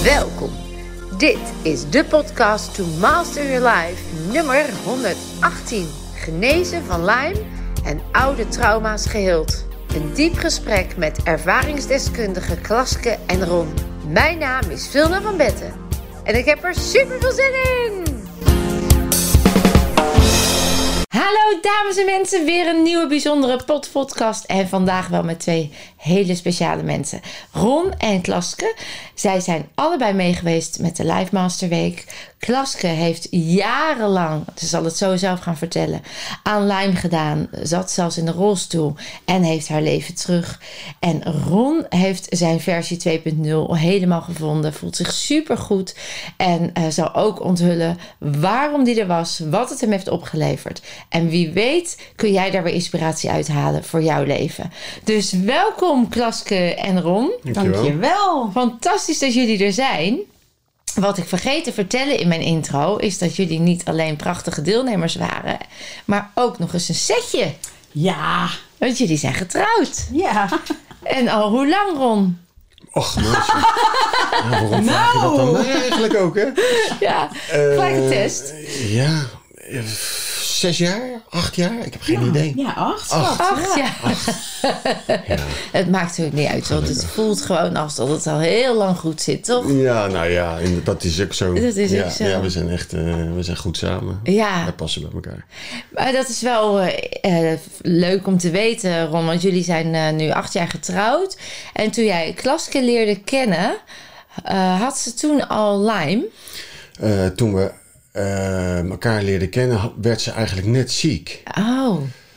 Welkom. Dit is de podcast To Master Your Life nummer 118. Genezen van Lyme en oude trauma's geheeld. Een diep gesprek met ervaringsdeskundigen Klaske en Ron. Mijn naam is Vilna van Betten en ik heb er super veel zin in! Hallo dames en mensen, weer een nieuwe bijzondere podcast en vandaag wel met twee hele speciale mensen. Ron en Klaske, zij zijn allebei meegeweest met de Life Master Week. Klaske heeft jarenlang, ze zal het zo zelf gaan vertellen, aan Lyme gedaan. Zat zelfs in de rolstoel en heeft haar leven terug. En Ron heeft zijn versie 2.0 helemaal gevonden, voelt zich supergoed en zal ook onthullen waarom die er was, wat het hem heeft opgeleverd. En wie weet kun jij daar weer inspiratie uithalen voor jouw leven. Dus welkom Klaske en Ron. Dankjewel. Fantastisch dat jullie er zijn. Wat ik vergeet te vertellen in mijn intro is dat jullie niet alleen prachtige deelnemers waren, maar ook nog eens een setje. Ja. Want jullie zijn getrouwd. Ja. En al hoe lang, Ron? Och, meisje. Waarom vraag je dat dan mij eigenlijk ook, hè? Ja, gelijk een test. Ja, 6 jaar? 8 jaar? Ik heb geen idee. Ja, 8. 8 jaar. Ja. Het maakt er ook niet uit, want het voelt gewoon alsof het al heel lang goed zit, toch? Ja, nou ja, dat is ook zo. Dat is ook zo. Ja, we zijn echt we zijn goed samen. Ja. We passen bij elkaar. Maar dat is wel leuk om te weten, Ron, want jullie zijn nu 8 jaar getrouwd. En toen jij Klaske leerde kennen, had ze toen al Lyme? Toen we elkaar leerden kennen, werd ze eigenlijk net ziek. Oh.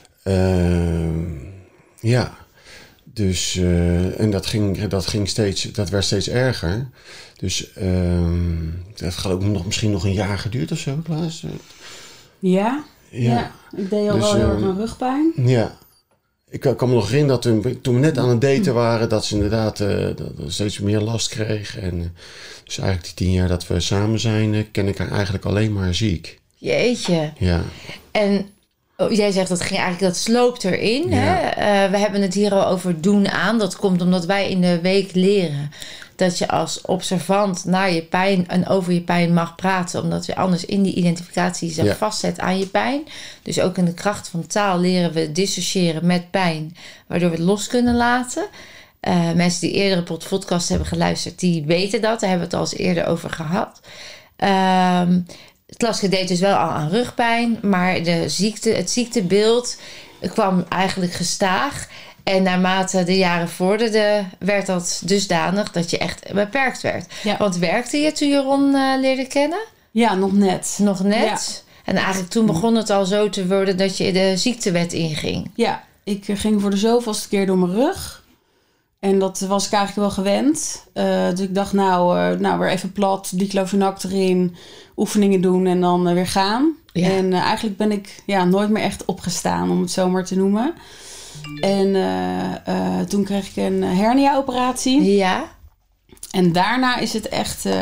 Ja. Dus, en dat werd steeds erger. Dus dat gaat ook misschien nog een jaar geduurd of zo, Klaas? Ja. Ik deed al wel heel erg mijn rugpijn. Ja. Ik kan me nog herinneren dat toen we net aan het daten waren, dat ze inderdaad steeds meer last kreeg. En dus eigenlijk die 10 jaar dat we samen zijn, ken ik haar eigenlijk alleen maar ziek. Jeetje. Ja. En jij zegt dat sloopt erin. Ja. Hè? We hebben het hier al over doen aan. Dat komt omdat wij in de week leren dat je als observant naar je pijn en over je pijn mag praten. Omdat je anders in die identificatie zich vastzet aan je pijn. Dus ook in de kracht van taal leren we dissociëren met pijn. Waardoor we het los kunnen laten. Mensen die eerdere podcasts hebben geluisterd, die weten dat. Daar hebben we het al eens eerder over gehad. Klaske deed dus wel al aan rugpijn. Maar het ziektebeeld kwam eigenlijk gestaag. En naarmate de jaren vorderden, werd dat dusdanig dat je echt beperkt werd. Ja. Want werkte je toen je Ron leerde kennen? Ja, nog net. Nog net? Ja. En eigenlijk toen begon het al zo te worden dat je de ziektewet inging. Ja, ik ging voor de zoveelste keer door mijn rug. En dat was ik eigenlijk wel gewend. Dus ik dacht, weer even plat, diclofenac erin, oefeningen doen en dan weer gaan. Ja. En eigenlijk ben ik nooit meer echt opgestaan, om het zo maar te noemen. En toen kreeg ik een hernia-operatie. Ja. En daarna is het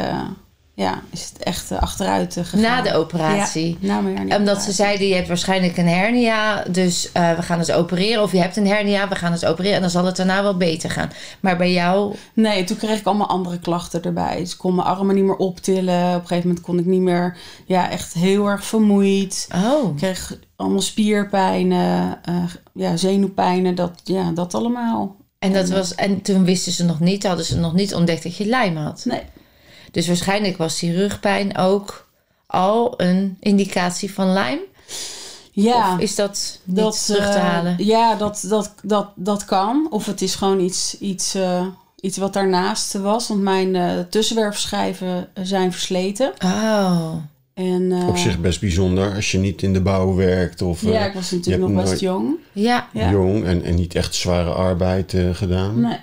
echt achteruit gegaan. Na de operatie? Ja, na mijn hernia. Omdat ze zeiden, je hebt waarschijnlijk een hernia, dus we gaan het opereren. Of je hebt een hernia, we gaan het opereren. En dan zal het daarna wel beter gaan. Maar bij jou? Nee, toen kreeg ik allemaal andere klachten erbij. Dus ik kon mijn armen niet meer optillen. Op een gegeven moment kon ik niet meer, echt heel erg vermoeid. Oh. Ik kreeg allemaal spierpijnen, zenuwpijnen, dat allemaal. En toen wisten ze nog niet, hadden ze nog niet ontdekt dat je Lyme had? Nee. Dus waarschijnlijk was die rugpijn ook al een indicatie van Lyme? Ja. Of is dat niet terug te halen? Ja, dat kan. Of het is gewoon iets wat daarnaast was. Want mijn tussenwerfschijven zijn versleten. Oh. En, op zich best bijzonder als je niet in de bouw werkt. Of, ik was natuurlijk nog best jong. Ja. Jong en niet echt zware arbeid gedaan. Nee.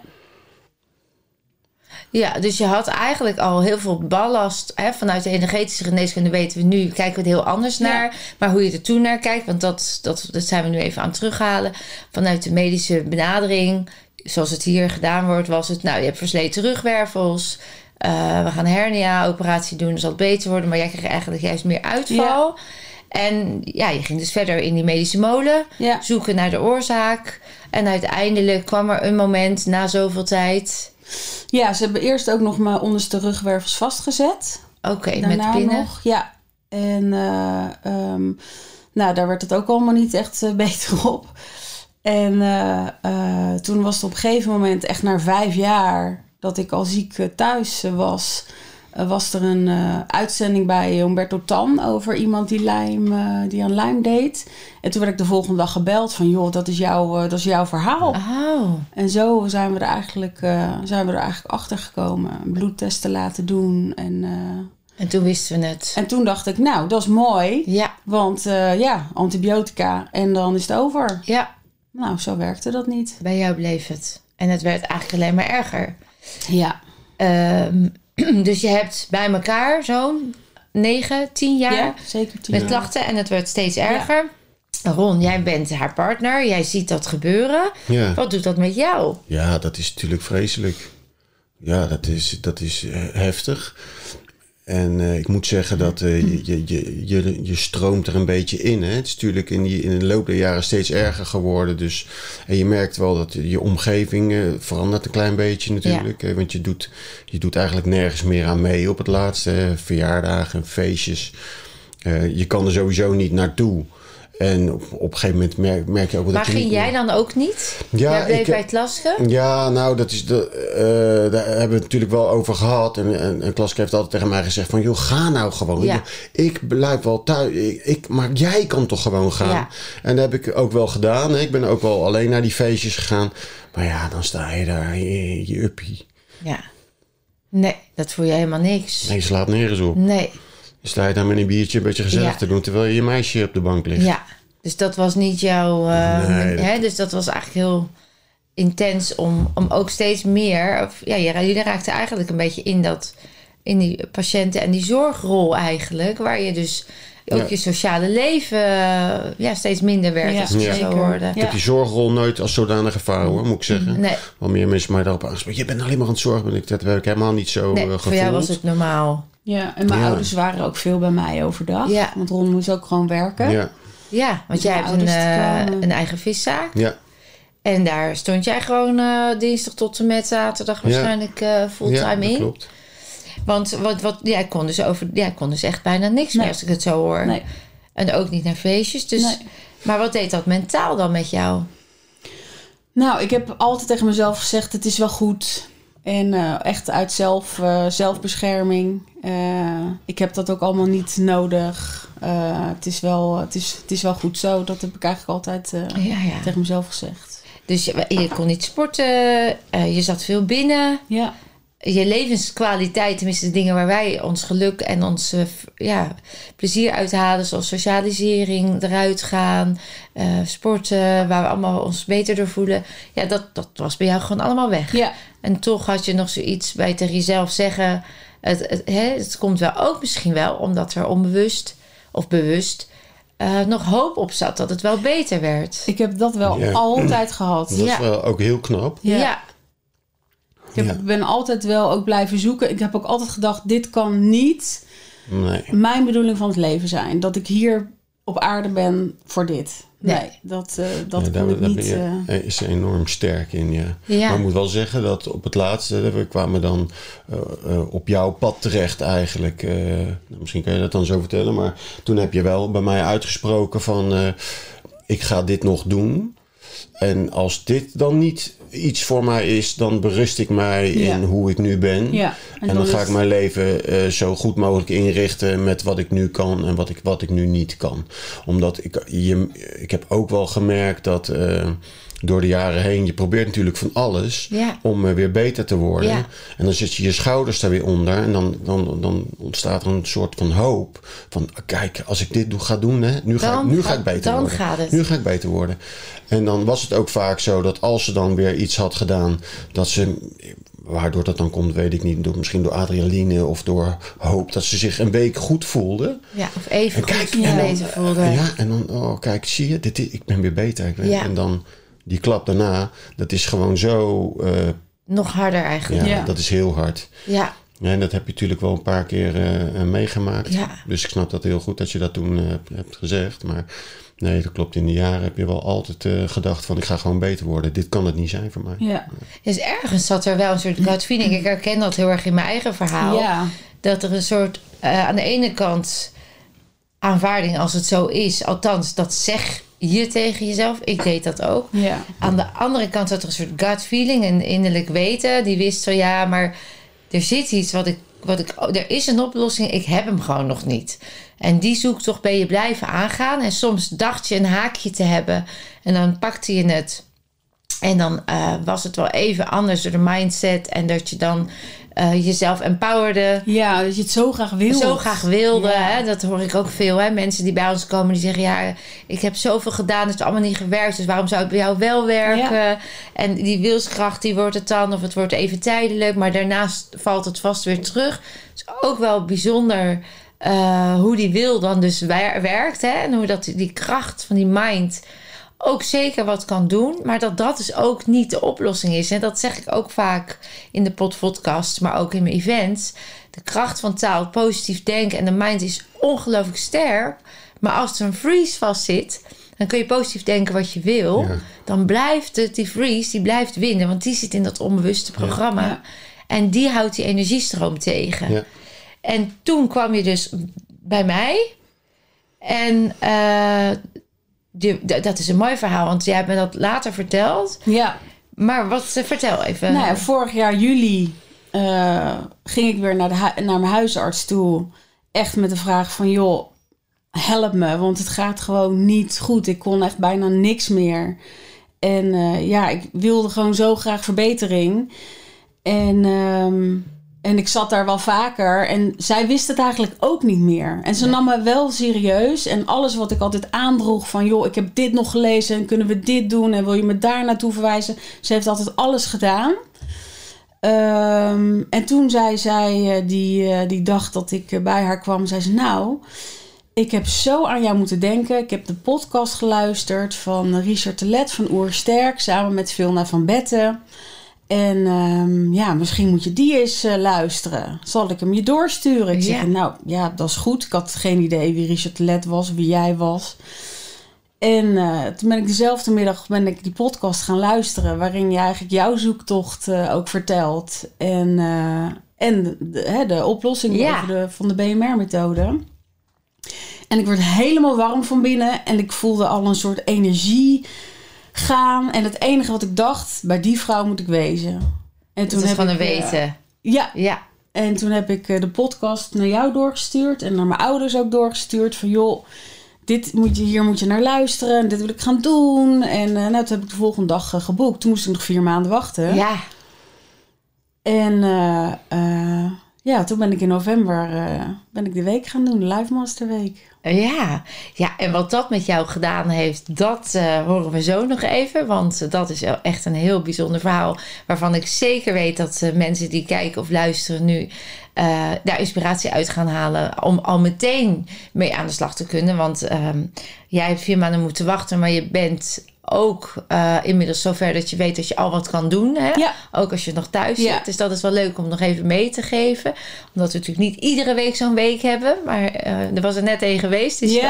Ja, dus je had eigenlijk al heel veel ballast. Vanuit de energetische geneeskunde weten we nu, kijken we er heel anders naar. Maar hoe je er toen naar kijkt, want dat zijn we nu even aan het terughalen. Vanuit de medische benadering, zoals het hier gedaan wordt, was het, je hebt versleten rugwervels. We gaan een hernia-operatie doen, dan zal het beter worden. Maar jij kreeg eigenlijk juist meer uitval. Ja. En je ging dus verder in die medische molen, zoeken naar de oorzaak. En uiteindelijk kwam er een moment na zoveel tijd. Ja, ze hebben eerst ook nog mijn onderste rugwervels vastgezet. Oké, met Daarna pinnen. nog, ja. En daar werd het ook allemaal niet echt beter op. En toen was het op een gegeven moment, echt na 5 jaar... dat ik al ziek thuis was... was er een uitzending bij Humberto Tan... over iemand die aan Lyme deed. En toen werd ik de volgende dag gebeld van... joh, dat is jouw verhaal. Oh. En zo zijn we er eigenlijk achter gekomen. Bloedtesten laten doen. En toen wisten we het. En toen dacht ik, nou, dat is mooi. Ja. Want antibiotica en dan is het over. Ja, Nou, zo werkte dat niet. bij jou bleef het. En het werd eigenlijk alleen maar erger. Ja. Dus je hebt bij elkaar zo'n 9, 10 jaar Ja, zeker 10 met jaar. klachten. En het werd steeds erger. Ron, jij bent haar partner. Jij ziet dat gebeuren. Ja. Wat doet dat met jou? Ja, dat is natuurlijk vreselijk. Ja, dat is heftig. En ik moet zeggen dat je stroomt er een beetje in. Hè? Het is natuurlijk in de loop der jaren steeds erger geworden. Dus, en je merkt wel dat je omgeving verandert een klein beetje natuurlijk. Ja. Want je doet eigenlijk nergens meer aan mee op het laatste. Verjaardagen, feestjes. Je kan er sowieso niet naartoe. En op een gegeven moment merk je ook... Maar ging jij dan ook niet? Ja, jij bleef bij het Lasken? Ja, nou, daar hebben we het natuurlijk wel over gehad. En Klaske heeft altijd tegen mij gezegd van... joh, ga nou gewoon. Ja. Ik blijf wel thuis. Maar jij kan toch gewoon gaan? Ja. En dat heb ik ook wel gedaan. Ik ben ook wel alleen naar die feestjes gegaan. Maar ja, dan sta je daar, je uppie. Ja. Nee, dat voel je helemaal niks. Nee, je slaat nergens op. Nee. Dan sta je daar met een biertje een beetje gezellig te doen... terwijl je meisje op de bank ligt. Ja, dus dat was niet jouw... Nee, dus dat was eigenlijk heel intens om ook steeds meer... jullie raakten eigenlijk een beetje in die patiënten- en die zorgrol eigenlijk... waar je dus ook je sociale leven steeds minder werd als het zo hoorde. Ik heb die zorgrol nooit als zodanig ervaren, hoor, moet ik zeggen. Nee. Wel meer mensen mij daarop aangesproken. Je bent alleen maar aan het zorgen. Dat heb ik helemaal niet zo gevoeld. Voor jou was het normaal. Ja, en mijn ouders waren ook veel bij mij overdag. Ja. Want Ron moest ook gewoon werken. Ja, Want jij hebt een eigen viszaak. ja. En daar stond jij gewoon dinsdag tot en met zaterdag waarschijnlijk fulltime in. Klopt. Want jij kon dus echt bijna niks meer als ik het zo hoor. Nee. En ook niet naar feestjes. Dus, Nee. Maar wat deed dat mentaal dan met jou? Nou, ik heb altijd tegen mezelf gezegd, het is wel goed. En echt uit zelfbescherming. Ik heb dat ook allemaal niet nodig. Het is wel goed zo. Dat heb ik eigenlijk altijd tegen mezelf gezegd. Dus je kon niet sporten. Je zat veel binnen. Ja. Je levenskwaliteit, tenminste de dingen waar wij ons geluk en ons plezier uithalen, zoals socialisering, eruit gaan, sporten, waar we allemaal ons beter door voelen. Ja, dat was bij jou gewoon allemaal weg. Ja. En toch had je nog zoiets bij tegen jezelf zeggen. Het komt wel ook misschien wel omdat er onbewust of bewust nog hoop op zat dat het wel beter werd. Ik heb dat wel altijd gehad. Dat is wel ook heel knap. Ja. Ik ben altijd wel ook blijven zoeken. Ik heb ook altijd gedacht, dit kan niet mijn bedoeling van het leven zijn. Dat ik hier op aarde ben voor dit. Nee, dat kon ik niet. Daar is enorm sterk in, ja. Maar ik moet wel zeggen dat op het laatste... we kwamen dan op jouw pad terecht eigenlijk. Misschien kan je dat dan zo vertellen. Maar toen heb je wel bij mij uitgesproken van... ik ga dit nog doen. En als dit dan niet iets voor mij is... dan berust ik mij in hoe ik nu ben. Ja. En dan ga ik mijn leven zo goed mogelijk inrichten... met wat ik nu kan en wat ik nu niet kan. Omdat ik heb ook wel gemerkt dat... door de jaren heen, je probeert natuurlijk van alles... om weer beter te worden. Ja. En dan zet je je schouders daar weer onder... en dan ontstaat er een soort van hoop. Van, kijk, als ik dit ga doen... Hè, nu ga ik beter worden. Nu ga ik beter worden. En dan was het ook vaak zo dat als ze dan weer iets had gedaan... dat ze... waardoor dat dan komt, weet ik niet. Misschien door adrenaline of door hoop... dat ze zich een week goed voelde. Ja, of even beter voelde. Ja, en dan, kijk, zie je, ik ben weer beter. En dan... die klap daarna, dat is gewoon zo... nog harder eigenlijk. Ja, dat is heel hard. Ja. En dat heb je natuurlijk wel een paar keer meegemaakt. Ja. Dus ik snap dat heel goed dat je dat toen hebt gezegd. Maar Nee, dat klopt. In de jaren heb je wel altijd gedacht van ik ga gewoon beter worden. Dit kan het niet zijn voor mij. Ja. Dus ergens zat er wel een soort gut feeling. Ik herken dat heel erg in mijn eigen verhaal. Ja. Dat er een soort, aan de ene kant aanvaarding als het zo is. Althans, dat zeg je tegen jezelf. Ik deed dat ook. Ja. Aan de andere kant zat er een soort gut feeling. En innerlijk weten. Die wist zo, ja, maar er zit iets er is een oplossing. Ik heb hem gewoon nog niet. En die zoektocht ben je blijven aangaan. En soms dacht je een haakje te hebben. En dan pakte je het. En dan was het wel even anders door de mindset. En dat je dan jezelf empowerde. Ja, dat je het zo graag wilde. Zo graag wilde. Ja. Hè? Dat hoor ik ook veel. Hè? Mensen die bij ons komen die zeggen... ja, ik heb zoveel gedaan. Het is allemaal niet gewerkt. Dus waarom zou het bij jou wel werken? Ja. En die wilskracht, die wordt het dan... of het wordt even tijdelijk. Maar daarnaast valt het vast weer terug. Het is ook wel bijzonder... hoe die wil dan dus werkt. Hè? En hoe dat die kracht van die mind... ook zeker wat kan doen, maar dat dus ook niet de oplossing is. En dat zeg ik ook vaak in de podcast, maar ook in mijn events. De kracht van taal, positief denken en de mind is ongelooflijk sterk. Maar als er een freeze vast zit, dan kun je positief denken wat je wil. Ja. Dan blijft het, die freeze, die blijft winnen, want die zit in dat onbewuste programma. Ja. En die houdt die energiestroom tegen. Ja. En toen kwam je dus bij mij en... dat is een mooi verhaal, want jij hebt me dat later verteld. Ja. Maar vertel even. Nou ja, vorig jaar juli ging ik weer naar mijn huisarts toe. Echt met de vraag van, joh, help me. Want het gaat gewoon niet goed. Ik kon echt bijna niks meer. En ik wilde gewoon zo graag verbetering. En ik zat daar wel vaker. En zij wist het eigenlijk ook niet meer. En ze nam me wel serieus. En alles wat ik altijd aandroeg van... joh, ik heb dit nog gelezen en kunnen we dit doen... en wil je me daar naartoe verwijzen? Ze heeft altijd alles gedaan. En toen zei zij, die dag dat ik bij haar kwam... zei ze, nou, ik heb zo aan jou moeten denken. Ik heb de podcast geluisterd van Richard Telet van Oersterk... samen met Vilna van Betten... En misschien moet je die eens luisteren. Zal ik hem je doorsturen? Ik zeg, nou ja, dat is goed. Ik had geen idee wie Richard Telet was, wie jij was. En toen ben ik dezelfde middag die podcast gaan luisteren... waarin je eigenlijk jouw zoektocht ook vertelt. En de oplossing van de BMR-methode. En ik werd helemaal warm van binnen. En ik voelde al een soort energie... gaan. En het enige wat ik dacht, bij die vrouw moet ik wezen. En toen dat is gewoon een weten. Ja. En toen heb ik de podcast naar jou doorgestuurd. En naar mijn ouders ook doorgestuurd. Van joh, hier moet je naar luisteren. En dit wil ik gaan doen. En toen heb ik de volgende dag geboekt. Toen moest ik nog 4 maanden wachten. Ja. En toen ben ik in november de week gaan doen. De Live Master Week. Ja, en wat dat met jou gedaan heeft, dat horen we zo nog even. Want dat is echt een heel bijzonder verhaal. Waarvan ik zeker weet dat mensen die kijken of luisteren nu daar inspiratie uit gaan halen. Om al meteen mee aan de slag te kunnen. Want jij hebt 4 maanden moeten wachten, maar je bent ook inmiddels zover dat je weet dat je al wat kan doen. Hè? Ja. Ook als je nog thuis zit. Dus dat is wel leuk om nog even mee te geven. Omdat we natuurlijk niet iedere week zo'n week hebben. Maar er was er net een geweest. Dus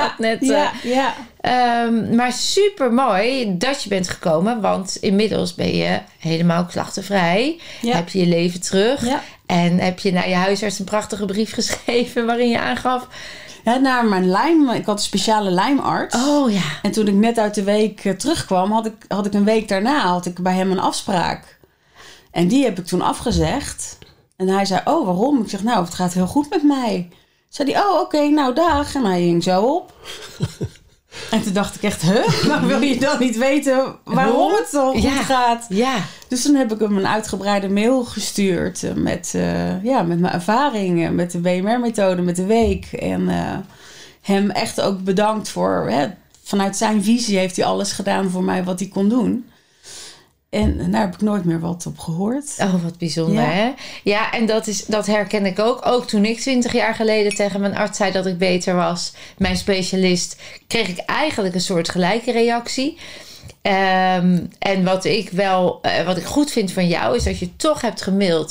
maar super mooi dat je bent gekomen. Want inmiddels ben je helemaal klachtenvrij. Ja. Heb je je leven terug. Ja. En heb je naar je huisarts een prachtige brief geschreven waarin je aangaf... Ja, naar mijn lijm. Ik had een speciale lijmarts. Oh ja. En toen ik net uit de week terugkwam, had ik een week daarna bij hem een afspraak. En die heb ik toen afgezegd. En hij zei, oh, waarom? Ik zeg, nou, het gaat heel goed met mij. Zei hij, oh, oké, nou, dag. En hij hing zo op. En toen dacht ik echt, maar wil je dan niet weten waarom het zo goed gaat? Ja. Dus toen heb ik hem een uitgebreide mail gestuurd met mijn ervaringen, met de BMR-methode, met de week. En hem echt ook bedankt voor, vanuit zijn visie heeft hij alles gedaan voor mij wat hij kon doen. En daar heb ik nooit meer wat op gehoord. Oh, wat bijzonder, hè? Ja, en dat herken ik ook. Ook toen ik 20 jaar geleden tegen mijn arts zei dat ik beter was, mijn specialist, kreeg ik eigenlijk een soort gelijke reactie. En wat ik goed vind van jou, is dat je toch hebt gemaild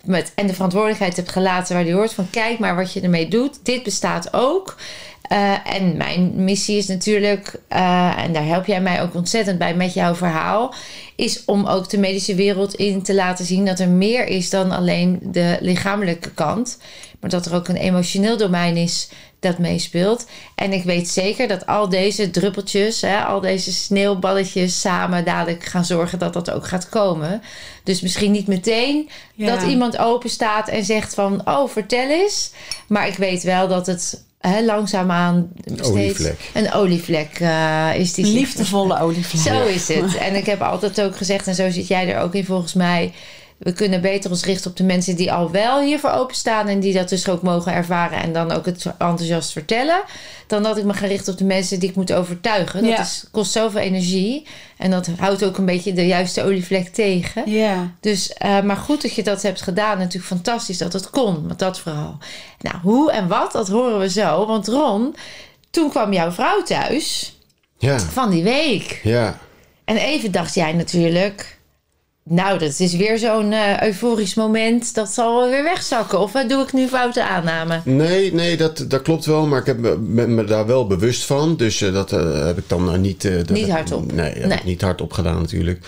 en de verantwoordelijkheid hebt gelaten waar die hoort. Van kijk maar wat je ermee doet. Dit bestaat ook. En mijn missie is natuurlijk, en daar help jij mij ook ontzettend bij met jouw verhaal, is om ook de medische wereld in te laten zien dat er meer is dan alleen de lichamelijke kant. Maar dat er ook een emotioneel domein is dat meespeelt. En ik weet zeker dat al deze druppeltjes, al deze sneeuwballetjes samen dadelijk gaan zorgen dat dat ook gaat komen. Dus misschien niet meteen dat iemand open staat en zegt van, oh, vertel eens. Maar ik weet wel dat het langzaamaan steeds een olievlek is. Die liefdevolle olievlek. Zo is het. En ik heb altijd ook gezegd, en zo zit jij er ook in volgens mij, we kunnen beter ons richten op de mensen die al wel hiervoor openstaan en die dat dus ook mogen ervaren en dan ook het enthousiast vertellen, dan dat ik me ga richten op de mensen die ik moet overtuigen. Dat kost zoveel energie en dat houdt ook een beetje de juiste olievlek tegen. Ja. Dus, maar goed dat je dat hebt gedaan. Natuurlijk fantastisch dat het kon, maar dat vooral. Nou, hoe en wat, dat horen we zo. Want Ron, toen kwam jouw vrouw thuis van die week. Ja. En even dacht jij natuurlijk, nou, dat is weer zo'n euforisch moment. Dat zal wel weer wegzakken. Of doe ik nu foute aanname? Nee, dat klopt wel. Maar ik ben me daar wel bewust van. Dus dat heb ik dan niet... niet hardop. Nee, heb ik niet hardop gedaan natuurlijk.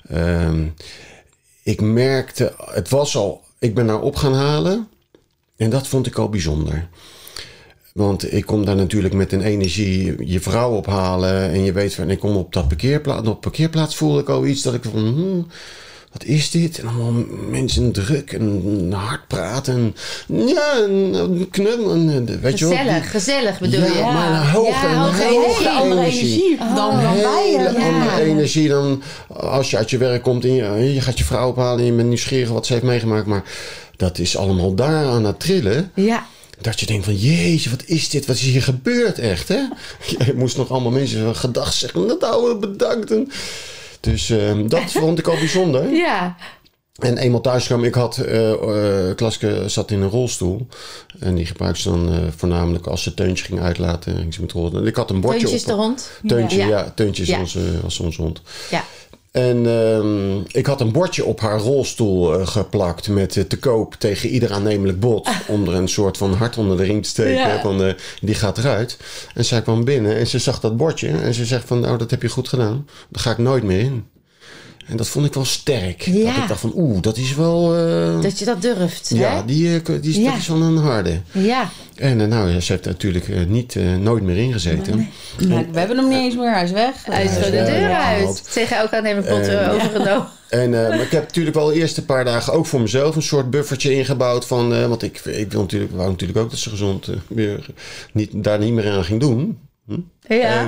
Ik merkte... Het was al... Ik ben daar op gaan halen. En dat vond ik al bijzonder. Want ik kom daar natuurlijk met een energie je vrouw ophalen. En je weet van... Ik kom op dat parkeerplaats. Op parkeerplaats voelde ik al iets dat ik van... wat is dit? En allemaal mensen druk en hard praten. Ja, en knuddelen. Weet je wel? Gezellig bedoel je? Ja, maar een hoge andere energie dan bij je. Andere energie dan als je uit je werk komt en je gaat je vrouw ophalen en je bent nieuwsgierig wat ze heeft meegemaakt. Maar dat is allemaal daar aan het trillen. Ja. Dat je denkt van, jeetje, wat is dit? Wat is hier gebeurd echt, hè? Je moest nog allemaal mensen gedag zeggen. Nou, bedankt. Dus dat vond ik al bijzonder. Ja. En eenmaal thuis kwam, ik had... Klaske zat in een rolstoel. En die gebruikte ze dan voornamelijk als ze Teuntje ging uitlaten. Ging ze met rollen. Ik had een bordje Teuntje is de hond? Teuntje is onze hond. Ja. En ik had een bordje op haar rolstoel geplakt met te koop tegen ieder aannemelijk bod. Om er een soort van hart onder de riem te steken. Ja. Van, die gaat eruit. En zij kwam binnen en ze zag dat bordje. En ze zegt van, nou, dat heb je goed gedaan. Daar ga ik nooit meer in. En dat vond ik wel sterk. Ja. Dat ik dacht van, dat is wel... dat je dat durft. Ja, hè? dat is wel een harde. Ja. En ze heeft er natuurlijk nooit meer ingezeten. Nee. We hebben hem niet eens meer. Hij is weg. Hij is gewoon de deur uit. Tegen elkaar neem ik pot overgenomen. Maar ik heb natuurlijk wel de eerste paar dagen ook voor mezelf een soort buffertje ingebouwd. Want ik wou natuurlijk ook dat ze gezond daar niet meer aan ging doen. Ja.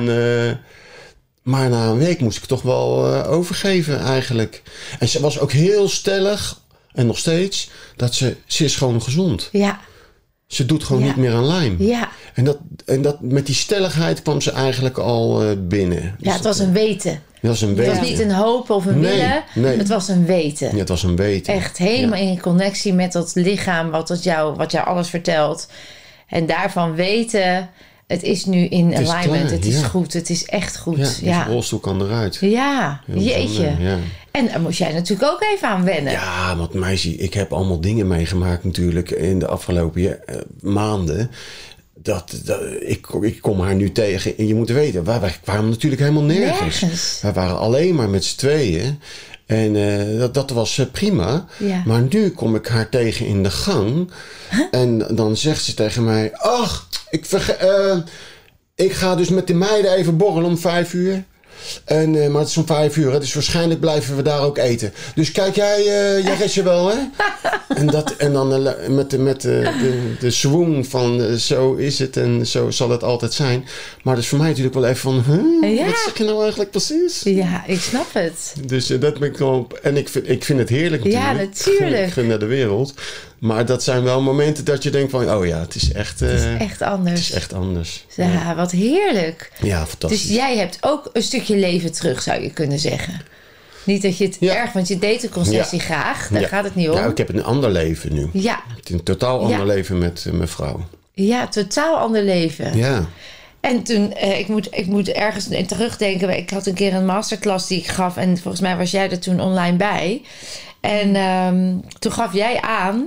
Maar na een week moest ik toch wel overgeven eigenlijk. En ze was ook heel stellig, en nog steeds, dat ze is gewoon gezond. Ja. Ze doet gewoon niet meer aan lijm. Ja. En dat met die stelligheid kwam ze eigenlijk al binnen. Ja, het was een weten. Het was een weten. Het was niet een hoop of een willen. Nee. Het was een weten. Ja, het was een weten. Echt helemaal in connectie met dat lichaam wat jou alles vertelt. En daarvan weten, het is nu in alignment. Klaar, het is goed. Het is echt goed. Ja, de rolstoel kan eruit. Ja, jeetje. Ja. En daar moest jij natuurlijk ook even aan wennen. Ja, want meisje, ik heb allemaal dingen meegemaakt natuurlijk in de afgelopen maanden. Ik kom haar nu tegen. En je moet weten, wij kwamen natuurlijk helemaal nergens. Wij waren alleen maar met z'n tweeën. En dat was prima. Ja. Maar nu kom ik haar tegen in de gang. Huh? En dan zegt ze tegen mij... Ach, ik ga dus met de meiden even borrelen om 5 uur. Maar het is om 5 uur, dus waarschijnlijk blijven we daar ook eten. Dus kijk, jij redt je wel, hè? en dan met de swoon van zo is het en zo zal het altijd zijn. Maar dat is voor mij natuurlijk wel even van... Wat zeg je nou eigenlijk precies? Ja, ik snap het. Dus dat ben ik wel... En ik vind het heerlijk natuurlijk. Ja, natuurlijk. Ik gun naar de wereld. Maar dat zijn wel momenten dat je denkt van... Oh ja, het is echt... het is echt anders. Het is echt anders. Ja, wat heerlijk. Ja, fantastisch. Dus jij hebt ook een stukje leven terug, zou je kunnen zeggen. Niet dat je het erg... Want je deed de concessie graag. Daar gaat het niet om. Ja, ik heb een ander leven nu. Ja. Een totaal ander leven met mijn vrouw. Ja, totaal ander leven. Ja. En toen, ik moet ergens terugdenken. Ik had een keer een masterclass die ik gaf. En volgens mij was jij er toen online bij. En toen gaf jij aan...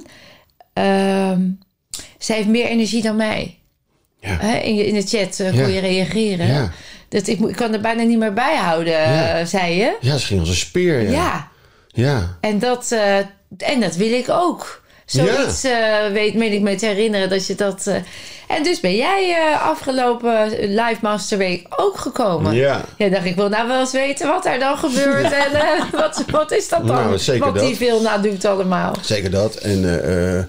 zij heeft meer energie dan mij. Ja. In de chat kon je reageren. Ja. Ik kan er bijna niet meer bijhouden, zei je. Ja, ze ging als een speer. Ja. En dat wil ik ook. Zoiets meen ik me te herinneren dat je dat... En dus ben jij afgelopen Live Masterweek ook gekomen. Ja, dacht ik wil nou wel eens weten wat er dan gebeurt. En wat is dat dan? Nou, zeker wat die veel doet allemaal. Zeker dat. En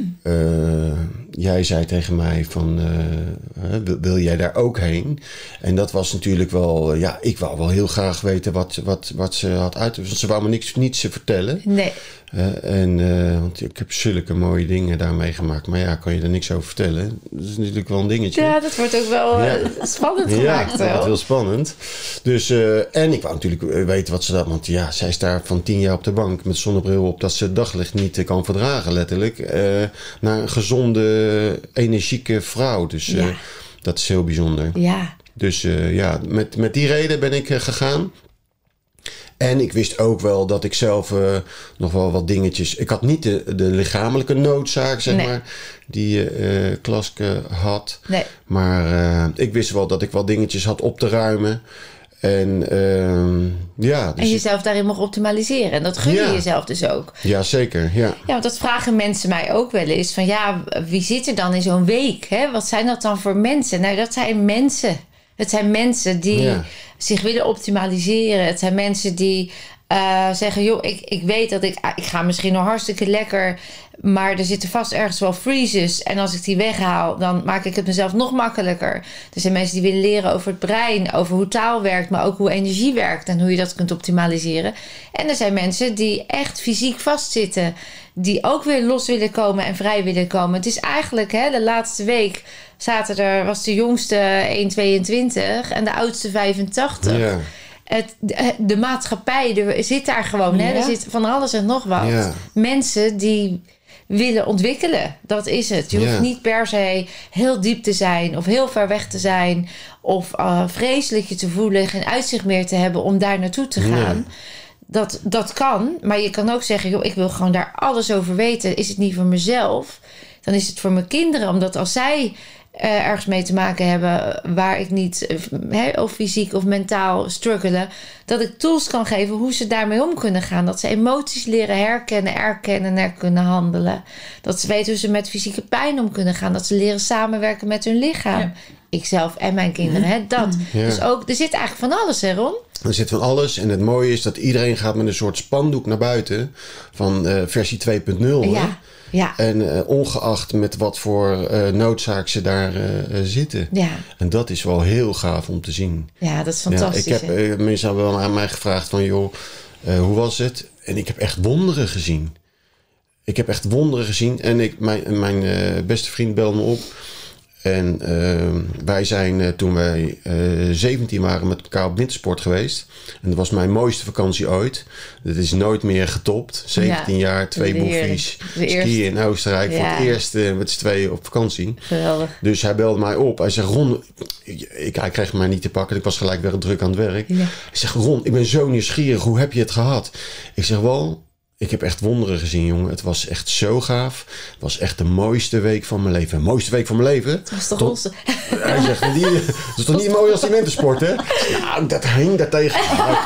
jij zei tegen mij van... wil jij daar ook heen? En dat was natuurlijk wel... ik wou wel heel graag weten wat ze had uit. Want ze wou me niets vertellen. Nee. Want ik heb zulke mooie dingen daar meegemaakt. Maar kan je er niks over vertellen? Dat is natuurlijk wel een dingetje. Ja, dat wordt ook wel spannend gemaakt. Ja, dat wordt heel spannend. Dus, en ik wou natuurlijk weten wat ze dat... Want zij is daar van 10 jaar op de bank met zonnebril op... dat ze het daglicht niet kan verdragen, letterlijk. Naar een gezonde, energieke vrouw. Dus dat is heel bijzonder. Ja. Dus met die reden ben ik gegaan... En ik wist ook wel dat ik zelf nog wel wat dingetjes... Ik had niet de lichamelijke noodzaak, zeg maar, die Klaske had. Nee. Maar ik wist wel dat ik wel dingetjes had op te ruimen. En dus en jezelf daarin mocht optimaliseren. En dat gun je jezelf dus ook. Ja, zeker. Ja, want dat vragen mensen mij ook wel eens. Van wie zit er dan in zo'n week? Hè? Wat zijn dat dan voor mensen? Nou, dat zijn mensen. Het zijn mensen die zich willen optimaliseren. Het zijn mensen die zeggen... joh, ik weet dat ik ga misschien nog hartstikke lekker... maar er zitten vast ergens wel freezes... en als ik die weghaal, dan maak ik het mezelf nog makkelijker. Er zijn mensen die willen leren over het brein... over hoe taal werkt, maar ook hoe energie werkt... en hoe je dat kunt optimaliseren. En er zijn mensen die echt fysiek vastzitten... die ook weer los willen komen en vrij willen komen. Het is eigenlijk de laatste week... was de jongste 1,22 en de oudste 85. Ja. De maatschappij zit daar gewoon. Er zit van alles en nog wat. Ja. Mensen die willen ontwikkelen. Dat is het. Je hoeft niet per se heel diep te zijn... of heel ver weg te zijn... of vreselijk je te voelen... geen uitzicht meer te hebben om daar naartoe te gaan... Ja. Dat kan. Maar je kan ook zeggen... joh, ik wil gewoon daar alles over weten. Is het niet voor mezelf... dan is het voor mijn kinderen. Omdat als zij... ergens mee te maken hebben waar ik niet of fysiek of mentaal struggelen, dat ik tools kan geven hoe ze daarmee om kunnen gaan. Dat ze emoties leren herkennen, erkennen en kunnen handelen. Dat ze weten hoe ze met fysieke pijn om kunnen gaan. Dat ze leren samenwerken met hun lichaam. Ja. Ikzelf en mijn kinderen, dat. Ja. Dus ook, er zit eigenlijk van alles, hè Ron? Er zit van alles. En het mooie is dat iedereen gaat met een soort spandoek naar buiten van versie 2.0. Ja. Ja. En ongeacht met wat voor noodzaak ze daar zitten. Ja. En dat is wel heel gaaf om te zien. Ja, dat is fantastisch. Ja, ik heb mensen wel aan mij gevraagd van... joh, hoe was het? En ik heb echt wonderen gezien. En mijn beste vriend belde me op... En wij zijn toen wij 17 waren met elkaar op wintersport geweest. En dat was mijn mooiste vakantie ooit. Dat is nooit meer getopt. 17 jaar, 2 boeffies, skiën in Oostenrijk. Voor het eerst met z'n tweeën op vakantie. Geweldig. Dus hij belde mij op. Hij zegt, Ron, hij kreeg mij niet te pakken. Ik was gelijk weer druk aan het werk. Ja. Hij zegt, Ron, ik ben zo nieuwsgierig. Hoe heb je het gehad? Ik zeg, wel... Ik heb echt wonderen gezien, jongen. Het was echt zo gaaf. Het was echt de mooiste week van mijn leven. Mooiste week van mijn leven? Het was toch onze... Hij zegt, dat is toch niet mooi als die wintersport, hè? Nou, dat hing daar tegen.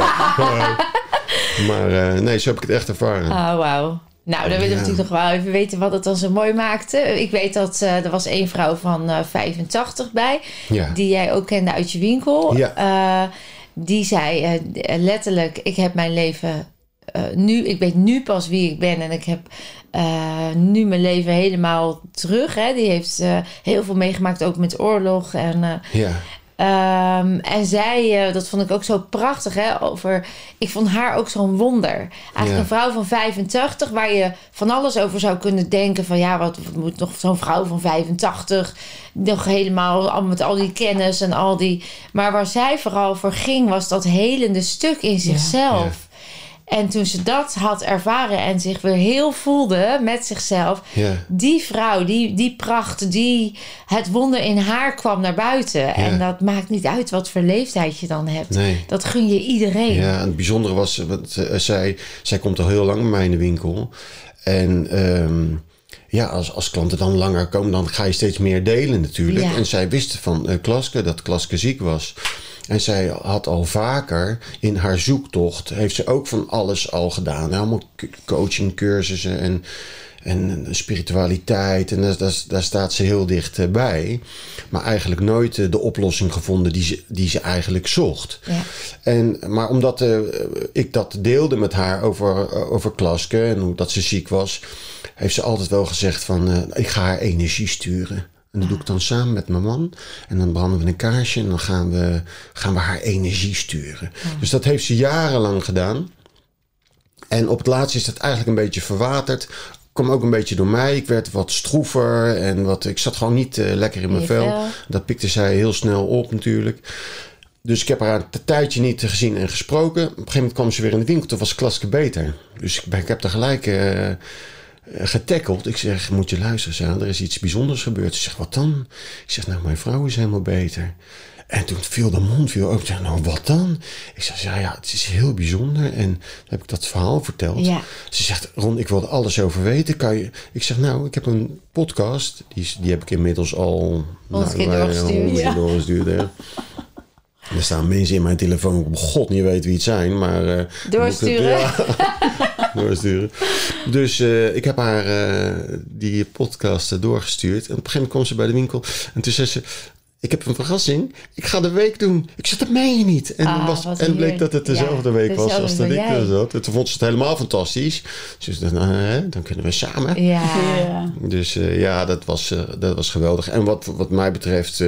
Maar nee, zo heb ik het echt ervaren. Oh, wauw. Nou, dan willen we natuurlijk nog wel even weten wat het dan zo mooi maakte. Ik weet dat er was één vrouw van 85 bij. Ja. Die jij ook kende uit je winkel. Ja. Die zei letterlijk, ik heb mijn leven... ik weet nu pas wie ik ben en ik heb nu mijn leven helemaal terug. Hè. Die heeft heel veel meegemaakt, ook met oorlog. En zij, dat vond ik ook zo prachtig. Hè, ik vond haar ook zo'n wonder. Eigenlijk een vrouw van 85, waar je van alles over zou kunnen denken. Van wat moet nog zo'n vrouw van 85... nog helemaal met al die kennis en al die... Maar waar zij vooral voor ging, was dat helende stuk in zichzelf. Ja. En toen ze dat had ervaren en zich weer heel voelde met zichzelf. Ja. Die vrouw, die pracht, het wonder in haar kwam naar buiten. Ja. En dat maakt niet uit wat voor leeftijd je dan hebt. Nee. Dat gun je iedereen. Ja, en het bijzondere was, want zij komt al heel lang bij mij in de winkel. En als klanten dan langer komen, dan ga je steeds meer delen natuurlijk. Ja. En zij wist van Klaske, dat Klaske ziek was. En zij had al vaker in haar zoektocht, heeft ze ook van alles al gedaan. Allemaal coachingcursussen en spiritualiteit. En daar staat ze heel dicht bij. Maar eigenlijk nooit de oplossing gevonden die ze eigenlijk zocht. Ja. Maar omdat ik dat deelde met haar over Klaske en hoe dat ze ziek was, heeft ze altijd wel gezegd van, ik ga haar energie sturen. En dat doe ik dan samen met mijn man. En dan branden we een kaarsje en dan gaan we haar energie sturen. Ja. Dus dat heeft ze jarenlang gedaan. En op het laatst is dat eigenlijk een beetje verwaterd. Kwam ook een beetje door mij. Ik werd wat stroever en ik zat gewoon niet lekker in mijn vel. Dat pikte zij heel snel op natuurlijk. Dus ik heb haar een tijdje niet gezien en gesproken. Op een gegeven moment kwam ze weer in de winkel. Toen was Klaske beter. Dus ik heb er gelijk getackeld. Ik zeg, moet je luisteren, Sarah, er is iets bijzonders gebeurd. Ze zegt, wat dan? Ik zeg, nou, mijn vrouw is helemaal beter. En toen viel de mond open. Ik zeg, nou, wat dan? Ik zeg, ja, het is heel bijzonder. En dan heb ik dat verhaal verteld. Ja. Ze zegt, Ron, ik wil er alles over weten. Kan je... Ik zeg, nou, ik heb een podcast. Die heb ik inmiddels al... 100 keer doorgestuurd. Er staan mensen in mijn telefoon. Ik god niet weten wie het zijn. Maar, doorsturen. Doorsturen. Dus ik heb haar die podcast doorgestuurd. En op een gegeven moment kwam ze bij de winkel. En toen zei ze, ik heb een verrassing. Ik ga de week doen. Ik zeg, dat meen je niet. En bleek dat het dezelfde week was als dat ik er zat. En toen vond ze het helemaal fantastisch. Dus dan kunnen we samen. Ja. Dus dat was geweldig. En wat mij betreft,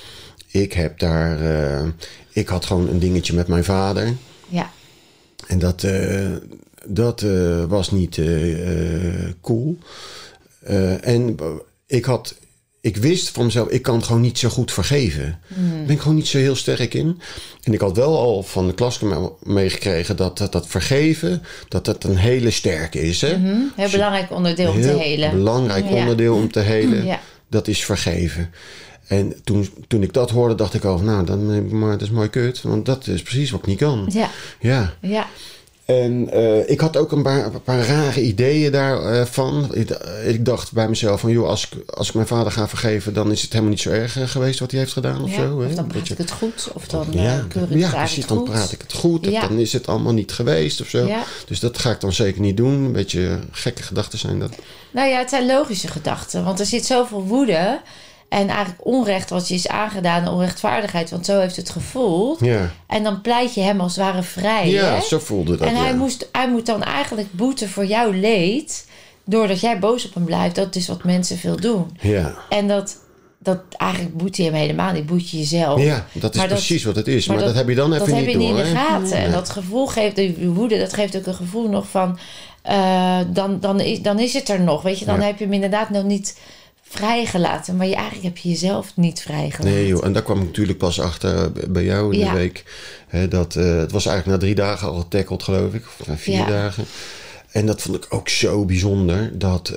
ik had gewoon een dingetje met mijn vader. Ja. En dat was niet cool. En ik wist van mezelf, ik kan gewoon niet zo goed vergeven. Daar ben ik gewoon niet zo heel sterk in. En ik had wel al van de Klaske meegekregen dat vergeven, dat een hele sterke is. Hè? Mm-hmm. Heel belangrijk onderdeel om te helen. Belangrijk onderdeel om te helen, dat is vergeven. En toen ik dat hoorde, dacht ik al, nou, dat is mooi kut. Want dat is precies wat ik niet kan. Ja. En ik had ook een paar rare ideeën daarvan. Ik dacht bij mezelf van, joh, als ik mijn vader ga vergeven, dan is het helemaal niet zo erg geweest wat hij heeft gedaan of zo. Of dan praat ik het goed. Of dan precies, dan praat ik het goed. Of dan is het allemaal niet geweest of zo. Ja. Dus dat ga ik dan zeker niet doen. Een beetje gekke gedachten zijn dat. Nou ja, het zijn logische gedachten. Want er zit zoveel woede en eigenlijk onrecht wat je is aangedaan, onrechtvaardigheid, want zo heeft het gevoeld. Ja. En dan pleit je hem als het ware vrij. Ja, hè? Zo voelde dat. En hij moet dan eigenlijk boeten voor jouw leed, doordat jij boos op hem blijft. Dat is wat mensen veel doen. Ja. En dat eigenlijk boet je hem helemaal niet, boet je jezelf. Ja, dat is precies wat het is. Maar dat heb je dan even niet door. Dat heb je niet in de gaten. Nee. En dat gevoel geeft, de woede, dat geeft ook een gevoel nog van, dan is het er nog. Weet je, dan heb je hem inderdaad nog niet vrijgelaten, maar eigenlijk heb je jezelf niet vrijgelaten. Nee joh, en daar kwam ik natuurlijk pas achter bij jou in de week. Het was eigenlijk na 3 dagen al getackeld, geloof ik. Of na 4 dagen. En dat vond ik ook zo bijzonder. Dat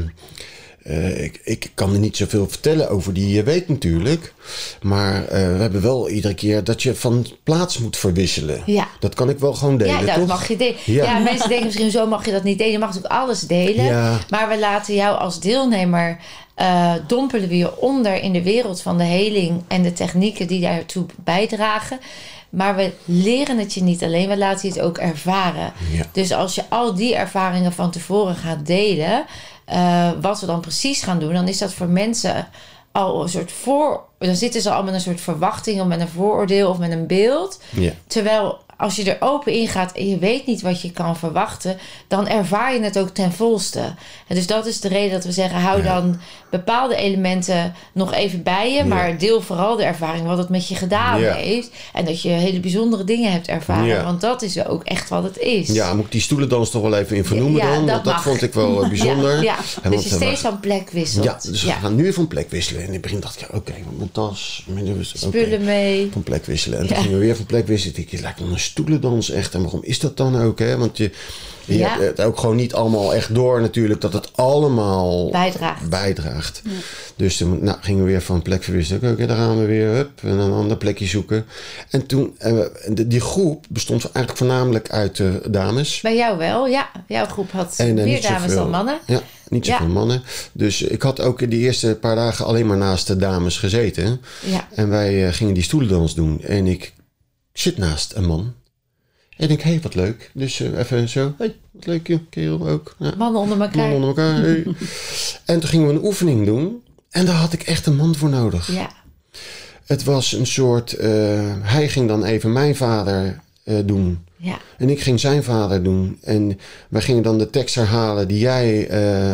ik kan er niet zoveel vertellen over die week natuurlijk. Maar we hebben wel iedere keer dat je van plaats moet verwisselen. Ja. Dat kan ik wel gewoon delen, ja, dat toch? mag je delen. Ja, mensen denken misschien zo mag je dat niet delen. Je mag natuurlijk alles delen. Ja. Maar we laten jou als deelnemer dompelen we je onder in de wereld van de heling en de technieken die daartoe bijdragen. Maar we leren het je niet alleen, we laten je het ook ervaren. Ja. Dus als je al die ervaringen van tevoren gaat delen, wat we dan precies gaan doen, dan is dat voor mensen al een soort dan zitten ze al met een soort verwachting of met een vooroordeel of met een beeld. Ja. Terwijl als je er open in gaat en je weet niet wat je kan verwachten, dan ervaar je het ook ten volste. En dus dat is de reden dat we zeggen, hou dan bepaalde elementen nog even bij je, maar deel vooral de ervaring wat het met je gedaan heeft. En dat je hele bijzondere dingen hebt ervaren, want dat is ook echt wat het is. Ja, moet ik die stoelendans toch wel even in vernoemen dan? Want dat vond ik wel bijzonder. Ja. Dus je steeds van plek wisselt. Ja, dus we gaan nu van plek wisselen. En in het begin dacht ik, mijn tas, spullen mee. Van plek wisselen. En toen gingen we weer van plek wisselen. Het lijkt wel een stoelendans echt. En waarom is dat dan ook? Hè? Want je hebt het ook gewoon niet allemaal echt door natuurlijk dat het allemaal bijdraagt. Ja. Dus toen gingen we weer van plek verwisselen. Oké, daar gaan we weer. Hup, en een ander plekje zoeken. En toen, die groep bestond eigenlijk voornamelijk uit dames. Bij jou wel, ja. Jouw groep had meer dames dan mannen. Ja, niet zoveel mannen. Dus ik had ook de eerste paar dagen alleen maar naast de dames gezeten. Ja. En wij gingen die stoelendans doen. En ik zit naast een man. En ik denk, wat leuk. Dus even zo, wat leuk, kerel ook. Ja. Mannen onder elkaar. Hey. En toen gingen we een oefening doen. En daar had ik echt een man voor nodig. Ja. Het was een soort, hij ging dan even mijn vader doen. Ja. En ik ging zijn vader doen. En wij gingen dan de tekst herhalen die jij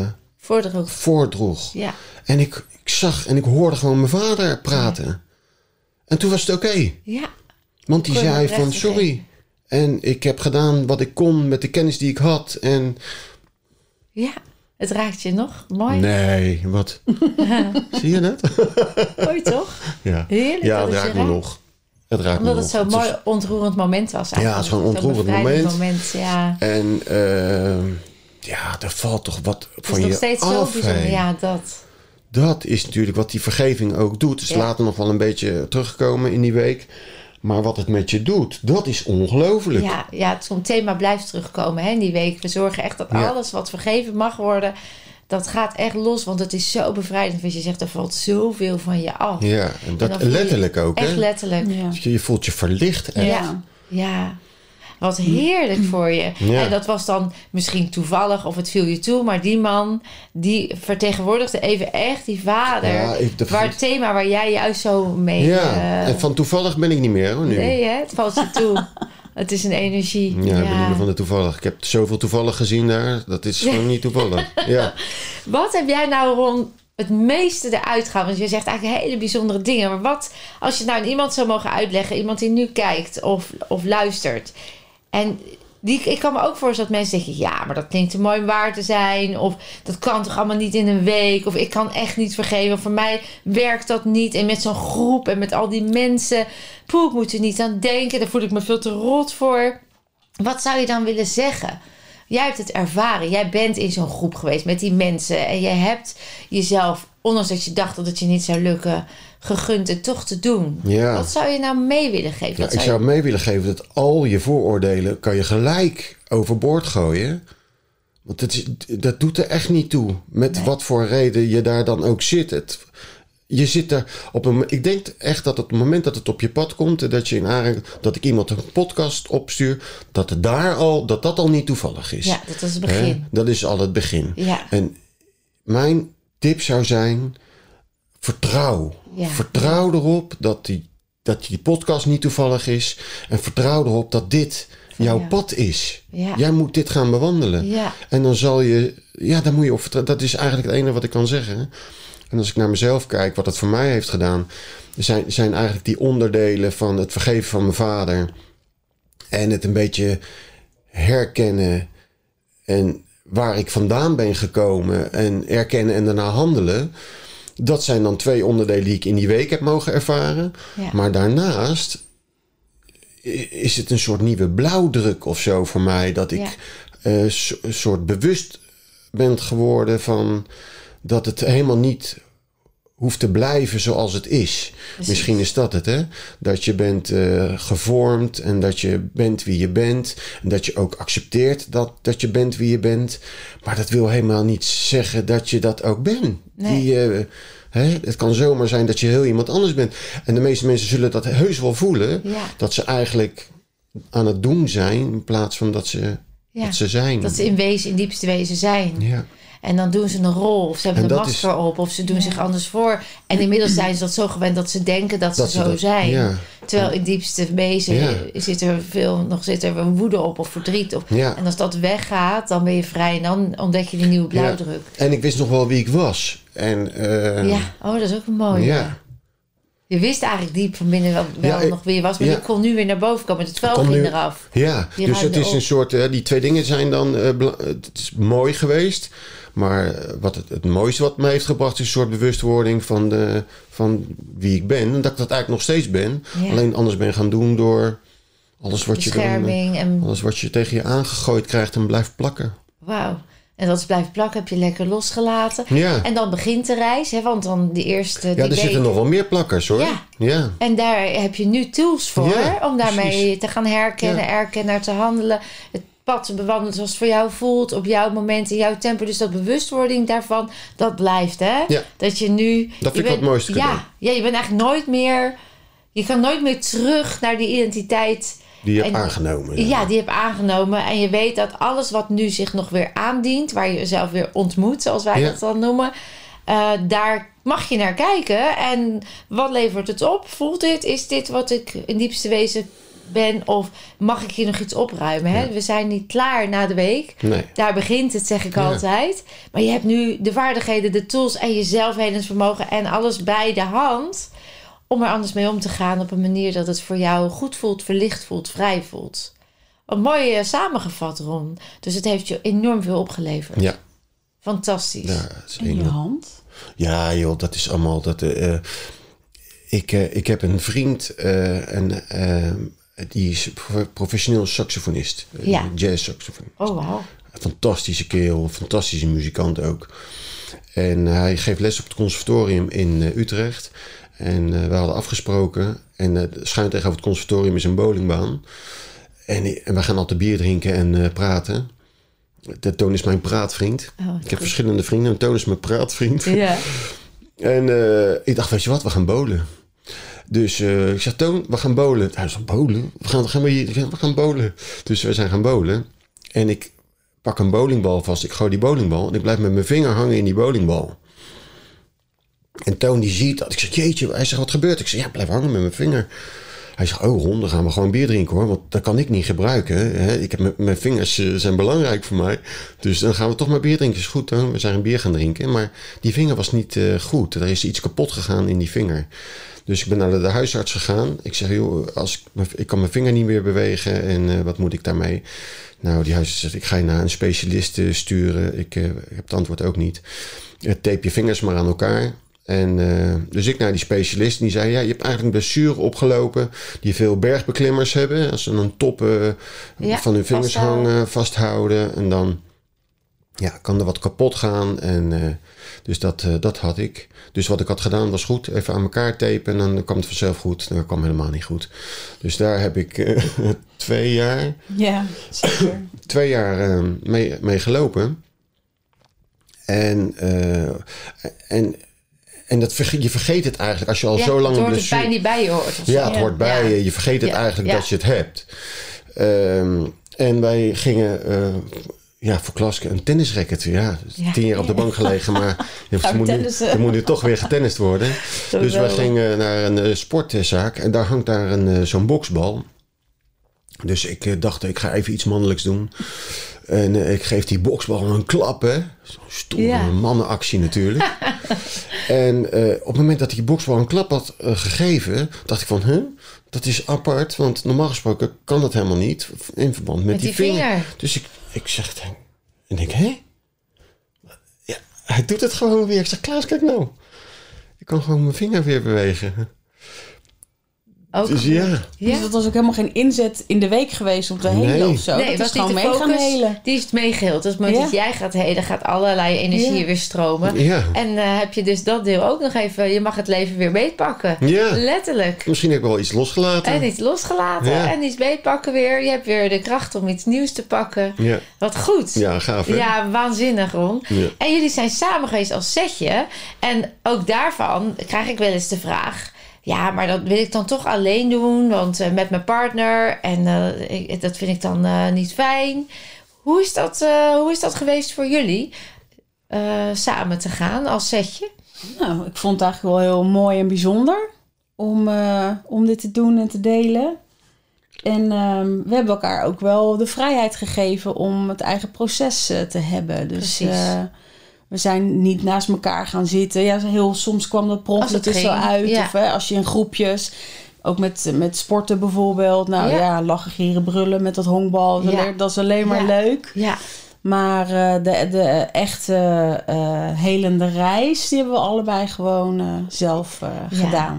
voordroeg. Ja. En ik zag en ik hoorde gewoon mijn vader praten. Ja. En toen was het oké. Ja. Want die zei van, sorry. En ik heb gedaan wat ik kon met de kennis die ik had. En ja, het raakt je nog. Mooi. Nee, wat? Zie je dat? Mooi toch? Ja. Heerlijk. Ja, het raakt me nog. Het raakt Omdat me het nog. zo'n mooi ontroerend moment was eigenlijk. Ja, het is gewoon een ontroerend moment. Ja. En er valt toch wat van je af. Het is nog steeds zo bijzonder. Ja, dat is natuurlijk wat die vergeving ook doet. Dus later nog wel een beetje terugkomen in die week. Maar wat het met je doet, dat is ongelooflijk. Ja, zo'n thema blijft terugkomen in die week. We zorgen echt dat alles wat vergeven mag worden, dat gaat echt los. Want het is zo bevrijdend. Want je zegt, er valt zoveel van je af. Ja, en dat letterlijk ook. Echt hè? letterlijk. Ja. Je voelt je verlicht. Echt. Ja. Wat heerlijk voor je. Ja. En dat was dan misschien toevallig of het viel je toe. Maar die man, die vertegenwoordigde even echt die vader. Ja, het thema waar jij juist zo mee... Ja, en van toevallig ben ik niet meer hoor nu. Nee, hè? Het valt je toe. Het is een energie. Ja, ik ben niet meer van de toevallig. Ik heb zoveel toevallig gezien daar. Dat is gewoon niet toevallig. Ja. Wat heb jij nou, Ron, het meeste eruit gehaald? Want je zegt eigenlijk hele bijzondere dingen. Maar wat, als je nou aan iemand zou mogen uitleggen... iemand die nu kijkt of luistert... En ik kan me ook voorstellen dat mensen denken... ja, maar dat klinkt te mooi om waar te zijn. Of dat kan toch allemaal niet in een week. Of ik kan echt niet vergeven. Of voor mij werkt dat niet. En met zo'n groep en met al die mensen... ik moet er niet aan denken. Daar voel ik me veel te rot voor. Wat zou je dan willen zeggen? Jij hebt het ervaren. Jij bent in zo'n groep geweest met die mensen. En jij hebt jezelf, ondanks dat je dacht dat het je niet zou lukken... gegund het toch te doen. Ja. Wat zou je nou mee willen geven? Ja, ik zou mee willen geven dat al je vooroordelen... kan je gelijk overboord gooien. Want dat doet er echt niet toe. Met wat voor reden je daar dan ook zit. Je zit er ik denk echt dat op het moment dat het op je pad komt... dat ik iemand een podcast opstuur... dat al niet toevallig is. Ja, dat is het begin. Dat is al het begin. Ja. En mijn tip zou zijn... vertrouw. Ja. Vertrouw erop dat die podcast niet toevallig is. En vertrouw erop dat dit jouw pad is. Ja. Jij moet dit gaan bewandelen. Ja. En dan zal je... Ja, daar moet je op vertrouwen. Dat is eigenlijk het enige wat ik kan zeggen. En als ik naar mezelf kijk, wat het voor mij heeft gedaan... zijn eigenlijk die onderdelen van het vergeven van mijn vader... en het een beetje herkennen... en waar ik vandaan ben gekomen... en erkennen en daarna handelen... Dat zijn dan 2 onderdelen die ik in die week heb mogen ervaren. Ja. Maar daarnaast is het een soort nieuwe blauwdruk of zo voor mij. Dat ik een soort bewust ben geworden van dat het helemaal niet hoeft te blijven zoals het is. Precies. Misschien is dat het, hè? Dat je bent gevormd en dat je bent wie je bent. En dat je ook accepteert dat je bent wie je bent. Maar dat wil helemaal niet zeggen dat je dat ook bent. Nee. Het kan zomaar zijn dat je heel iemand anders bent. En de meeste mensen zullen dat heus wel voelen. Ja. Dat ze eigenlijk aan het doen zijn in plaats van dat ze zijn. Dat ze in diepste wezen zijn. Ja. En dan doen ze een rol. Of ze hebben een masker op. Of ze doen zich anders voor. En inmiddels zijn ze dat zo gewend dat ze denken dat ze zo zijn. Ja. Terwijl in diepste wezen zit er een woede op of verdriet op. Ja. En als dat weggaat, dan ben je vrij. En dan ontdek je die nieuwe blauwdruk. Ja. En ik wist nog wel wie ik was. En, dat is ook mooi. Ja. Je wist eigenlijk diep van binnen wel nog wie je was. Maar je kon nu weer naar boven komen. Het vel ging eraf. Ja, dus het is een soort... die 2 dingen zijn dan... het is mooi geweest. Maar het mooiste wat me heeft gebracht... is een soort bewustwording van wie ik ben. En dat ik dat eigenlijk nog steeds ben. Ja. Alleen anders ben gaan doen door Alles wat bescherming. Alles wat je tegen je aangegooid krijgt en blijft plakken. Wauw. En dat is blijven plakken, heb je lekker losgelaten. Ja. En dan begint de reis, hè, want dan die eerste... Ja, er zitten nog wel meer plakkers, hoor. Ja. En daar heb je nu tools voor, om daarmee precies. te gaan herkennen, erkennen, naar te handelen. Het pad te bewandelen zoals het voor jou voelt, op jouw moment, in jouw tempo. Dus dat bewustwording daarvan, dat blijft, hè? Ja. Dat je nu... Dat vind ik wel het mooiste cadeau. Ja, je bent eigenlijk nooit meer... Je kan nooit meer terug naar die identiteit... Die je hebt aangenomen. Ja, die je hebt aangenomen. En je weet dat alles wat nu zich nog weer aandient, waar je jezelf weer ontmoet, zoals wij dat dan noemen, daar mag je naar kijken. En wat levert het op? Voelt dit? Is dit wat ik in diepste wezen ben? Of mag ik hier nog iets opruimen? Hè? We zijn niet klaar na de week. Nee. Daar begint het, zeg ik altijd. Maar je hebt nu de vaardigheden, de tools en je zelfhelingsvermogen en alles bij de hand om er anders mee om te gaan op een manier dat het voor jou goed voelt, verlicht voelt, vrij voelt. Wat mooi samengevat, Ron. Dus het heeft je enorm veel opgeleverd. Ja. Fantastisch. Ja, dat is In je hand? Ja, joh, dat is allemaal... Ik heb een vriend die is professioneel saxofonist. Jazz-saxofonist. Oh, wauw. Fantastische kerel, fantastische muzikant ook. En hij geeft les op het conservatorium in Utrecht. En we hadden afgesproken. En schuin tegenover het conservatorium is een bowlingbaan. En we gaan altijd bier drinken en praten. Toon is mijn praatvriend. Ik heb verschillende vrienden. En Toon is mijn praatvriend. Ja. En ik dacht, weet je wat, we gaan bowlen. Dus ik zeg, Toon, we gaan bowlen. Hij zei, bowlen? We gaan bowlen. Dus we zijn gaan bowlen. En ik pak een bowlingbal vast. Ik gooi die bowlingbal. En ik blijf met mijn vinger hangen in die bowlingbal. En Toon die ziet dat. Ik zeg, jeetje. Hij zegt, wat gebeurt? Ik zeg, ja, blijf hangen met mijn vinger. Hij zegt, oh Ron, dan gaan we gewoon bier drinken hoor. Want dat kan ik niet gebruiken. Hè? Mijn vingers zijn belangrijk voor mij. Dus dan gaan we toch maar bier drinken. Is goed Toon, we zijn een bier gaan drinken. Maar die vinger was niet goed. Er is iets kapot gegaan in die vinger. Dus ik ben naar de huisarts gegaan. Ik zeg, joh, ik kan mijn vinger niet meer bewegen. En wat moet ik daarmee? Nou, die huisarts zegt, ik ga je naar een specialist sturen. Ik heb het antwoord ook niet. Tape je vingers maar aan elkaar. En dus ik naar die specialist en die zei, ja, je hebt eigenlijk een blessure opgelopen die veel bergbeklimmers hebben. Als ze een top van hun vingers vasthouden en dan kan er wat kapot gaan. En dus dat had ik. Dus wat ik had gedaan was goed. Even aan elkaar tapen en dan kwam het vanzelf goed. Dat kwam helemaal niet goed. Dus daar heb ik 2 jaar... Ja, zeker. 2 jaar mee gelopen. En je vergeet het eigenlijk als je al zo lang een blessure... Het hoort de pijn die bij je hoort. Ja, het hoort bij je. Je vergeet het eigenlijk dat je het hebt. En wij gingen voor Klaske een tennisracket. Ja, 10 jaar op de bank gelegen. Maar er moet nu toch weer getennist worden. Dus wij gingen naar een sportzaak. En daar hangt daar zo'n boksbal. Dus ik dacht, ik ga even iets mannelijks doen. En ik geef die boksbal een klap, hè. Zo'n stoere mannenactie natuurlijk. En op het moment dat die boksbal een klap had gegeven, dacht ik van, dat is apart. Want normaal gesproken kan dat helemaal niet in verband met die vinger. Dus ik zeg het hem. En ik denk, Ja, hij doet het gewoon weer. Ik zeg, Klaas, kijk nou. Ik kan gewoon mijn vinger weer bewegen. Ook. Dus ja. Dus dat was ook helemaal geen inzet in de week geweest om te helen of zo. Nee, dat is gewoon mee gaan helen. Die is het meegeheeld. Dus op het moment dat jij gaat helen, gaat allerlei energie weer stromen. Ja. En heb je dus dat deel ook nog even... Je mag het leven weer beetpakken. Ja. Letterlijk. Misschien heb ik wel iets losgelaten. En iets losgelaten. Ja. En iets beetpakken weer. Je hebt weer de kracht om iets nieuws te pakken. Ja. Wat goed. Ja, gaaf hè? Ja, waanzinnig Ron. Ja. En jullie zijn samen geweest als setje. En ook daarvan krijg ik wel eens de vraag... Ja, maar dat wil ik dan toch alleen doen, want met mijn partner. En dat vind ik dan niet fijn. Hoe is dat geweest voor jullie? Samen te gaan als setje? Nou, ik vond het eigenlijk wel heel mooi en bijzonder om dit te doen en te delen. En we hebben elkaar ook wel de vrijheid gegeven om het eigen proces te hebben. Dus precies. We zijn niet naast elkaar gaan zitten. Ja, soms kwam dat prompt er zo uit. Ja. Of als je in groepjes, ook met sporten bijvoorbeeld. Nou ja, lachen, gieren, brullen met dat honkbal. Ja. Dat is alleen maar leuk. Ja. Maar de echte helende reis, die hebben we allebei gewoon zelf gedaan.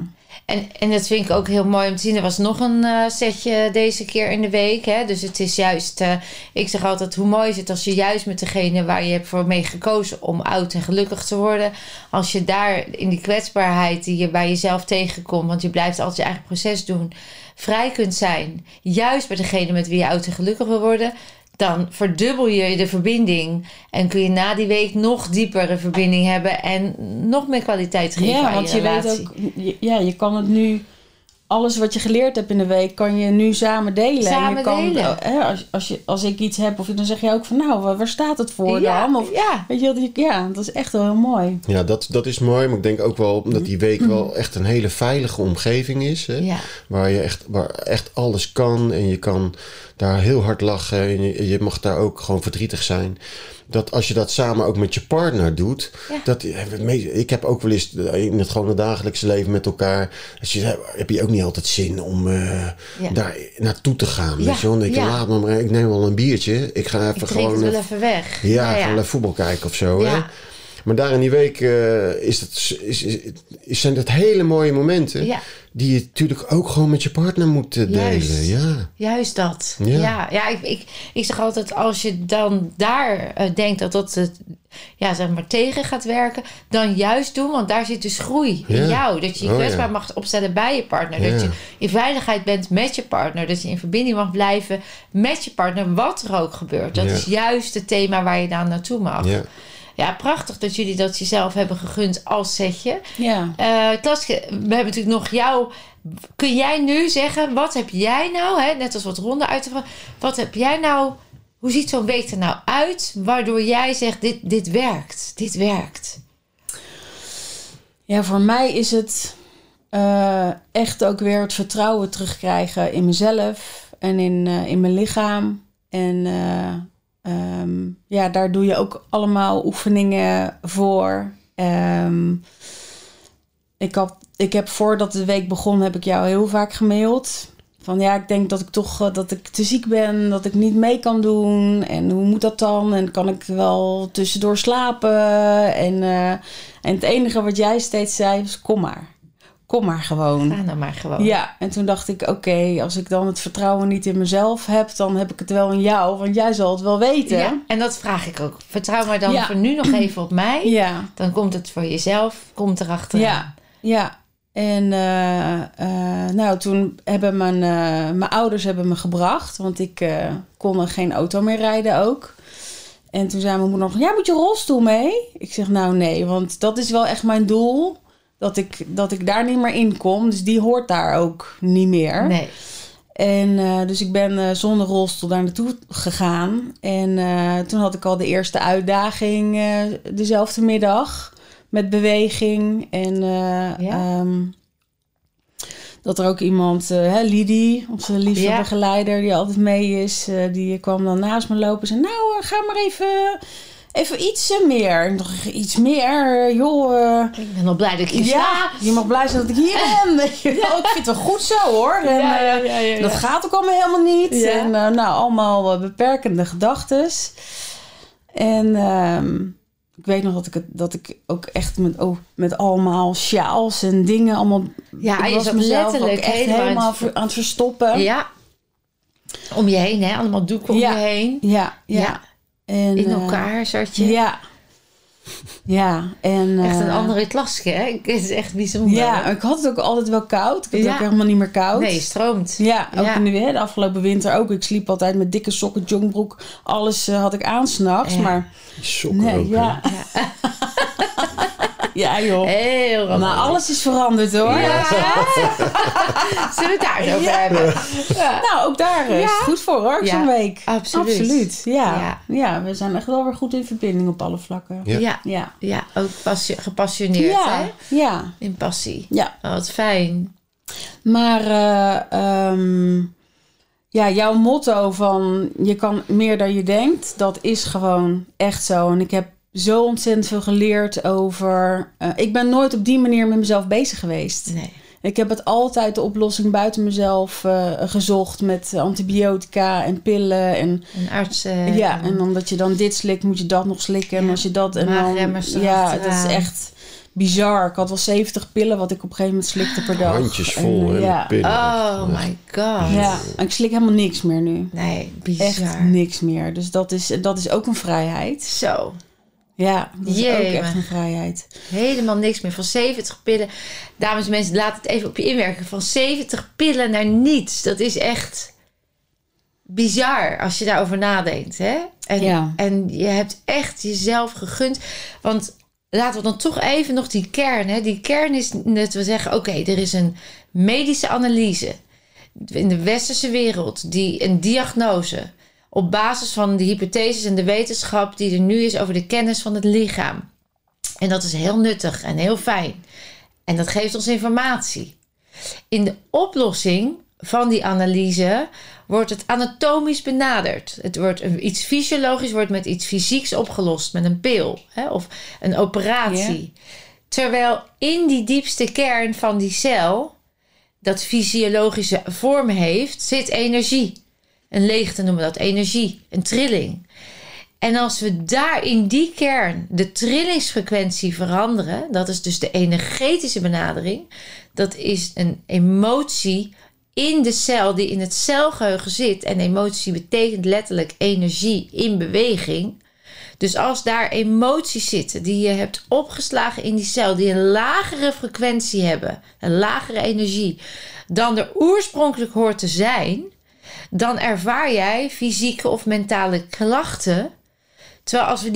En dat vind ik ook heel mooi om te zien. Er was nog een setje deze keer in de week. Hè? Dus het is juist... ik zeg altijd, hoe mooi is het als je juist met degene waar je hebt voor mee gekozen om oud en gelukkig te worden. Als je daar in die kwetsbaarheid die je bij jezelf tegenkomt, want je blijft altijd je eigen proces doen, vrij kunt zijn. Juist bij degene met wie je oud en gelukkig wil worden. Dan verdubbel je de verbinding. En kun je na die week nog diepere verbinding hebben. En nog meer kwaliteit geven aan je relatie. Weet ook... je kan het nu... Alles wat je geleerd hebt in de week... kan je nu samen delen. Samen delen. Als ik iets heb... dan zeg je ook van... nou, waar staat het voor dan? Of, weet je, dat is echt wel heel mooi. Ja, dat is mooi. Maar ik denk ook wel... dat die week wel echt een hele veilige omgeving is. Hè? Ja. Waar echt alles kan. En je kan daar heel hard lachen. En je mag daar ook gewoon verdrietig zijn. Dat als je dat samen ook met je partner doet... ik heb ook wel eens in het gewone dagelijkse leven met elkaar... heb je ook niet altijd zin om daar naartoe te gaan. Ja. Weet je? Dan denk je, laat maar, ik neem wel een biertje. Ik ga even gewoon... het wel even weg. Ja, gewoon voetbal kijken of zo. Ja. Hè? Maar daar in die week zijn dat hele mooie momenten... Ja. Die je natuurlijk ook gewoon met je partner moet delen. Juist dat. Ja, ik zeg altijd, als je dan daar denkt dat het zeg maar tegen gaat werken... dan juist doen, want daar zit dus groei in jou. Dat je je kwetsbaar mag opstellen bij je partner. Dat je in veiligheid bent met je partner. Dat je in verbinding mag blijven met je partner, wat er ook gebeurt. Dat is juist het thema waar je dan naartoe mag. Ja, prachtig dat jullie dat jezelf hebben gegund als setje. Ja. Klaske, we hebben natuurlijk nog jou. Kun jij nu zeggen, wat heb jij nou, hè, net als wat Ronde uit te vragen, wat heb jij nou, hoe ziet zo'n week er nou uit, waardoor jij zegt, dit werkt? Ja, voor mij is het echt ook weer het vertrouwen terugkrijgen in mezelf en in mijn lichaam. En daar doe je ook allemaal oefeningen voor. Ik heb voordat de week begon, heb ik jou heel vaak gemaild. Van ik denk dat ik toch dat ik te ziek ben, dat ik niet mee kan doen. En hoe moet dat dan? En kan ik wel tussendoor slapen? En het enige wat jij steeds zei was, kom maar gewoon. Ga nou maar gewoon. Ja, en toen dacht ik, oké, als ik dan het vertrouwen niet in mezelf heb, dan heb ik het wel in jou, want jij zal het wel weten. Ja, en dat vraag ik ook. Vertrouw maar dan voor nu nog even op mij. Ja. Dan komt het voor jezelf, komt erachteraan. Ja. En toen hebben mijn ouders me gebracht, want ik kon geen auto meer rijden ook. En toen zei mijn moeder nog, moet je rolstoel mee? Ik zeg, nou nee, want dat is wel echt mijn doel. Dat ik daar niet meer in kom. Dus die hoort daar ook niet meer. Nee. En dus ik ben zonder rolstoel daar naartoe gegaan. En toen had ik al de eerste uitdaging dezelfde middag. Met beweging. En dat er ook iemand, Lidie, onze lieve begeleider... die altijd mee is, die kwam dan naast me lopen. En zei, nou, ga maar even iets meer. Nog iets meer, joh. Ik ben wel blij dat ik hier sta. Je mag blij zijn dat ik hier ben. Ik vind het wel goed zo, hoor. En, dat gaat ook allemaal helemaal niet. Ja. En allemaal beperkende gedachtes. En ik weet nog dat ik ook echt met allemaal sjaals en dingen allemaal... Ja, je was mezelf letterlijk ook echt helemaal aan het verstoppen. Ja. Om je heen, hè? Allemaal doeken om je heen. Ja. En, in elkaar zat je. Ja. En, echt een andere Klaske, hè? Het is echt bijzonder. Ja, ik had het ook altijd wel koud. Ik had het ook helemaal niet meer koud. Nee, stroomt. Ja, ook in de afgelopen winter ook. Ik sliep altijd met dikke sokken, jongbroek. Alles had ik aan 's nachts. Ja. Maar sokken ook, Ja, joh. Heel romantisch. Maar alles is veranderd, hoor. Ja. Zullen we het daar zo over hebben? Ja. Nou, ook daar is het goed voor, hoor, zo'n week. Absoluut. Ja, we zijn echt wel weer goed in verbinding op alle vlakken. Ja, ook gepassioneerd, hè? Ja. In passie. Ja. Oh, wat fijn. Maar jouw motto van je kan meer dan je denkt, dat is gewoon echt zo. En ik heb zo ontzettend veel geleerd over... ik ben nooit op die manier met mezelf bezig geweest. Nee. Ik heb het altijd de oplossing buiten mezelf gezocht met antibiotica en pillen. En artsen. Ja, en omdat je dan dit slikt, moet je dat nog slikken. En als je dat... En dan, maagremmers. Ja, dat is echt bizar. Ik had wel 70 pillen wat ik op een gegeven moment slikte per dag. Handjes vol, En, hè, ja. met pillen. Oh my god. Ja, en ik slik helemaal niks meer nu. Nee, bizar. Echt niks meer. Dus dat is ook een vrijheid. Zo. Ja, dat is ook Jee, echt een vrijheid. Helemaal niks meer. Van 70 pillen. Dames en mensen, laat het even op je inwerken. Van 70 pillen naar niets. Dat is echt bizar als je daarover nadenkt. Hè? En je hebt echt jezelf gegund. Want laten we dan toch even nog die kern. Hè? Die kern is dat we zeggen, oké, er is een medische analyse in de westerse wereld. Die een diagnose op basis van de hypotheses en de wetenschap die er nu is over de kennis van het lichaam. En dat is heel nuttig en heel fijn. En dat geeft ons informatie. In de oplossing van die analyse wordt het anatomisch benaderd. Het wordt iets fysiologisch wordt met iets fysieks opgelost, met een pil, hè, of een operatie. Yeah. Terwijl in die diepste kern van die cel, dat fysiologische vorm heeft, zit energie. Een leegte noemen we dat, energie, een trilling. En als we daar in die kern de trillingsfrequentie veranderen, dat is dus de energetische benadering, dat is een emotie in de cel die in het celgeheugen zit. En emotie betekent letterlijk energie in beweging. Dus als daar emoties zitten die je hebt opgeslagen in die cel, die een lagere frequentie hebben, een lagere energie, dan er oorspronkelijk hoort te zijn, dan ervaar jij fysieke of mentale klachten. Terwijl als we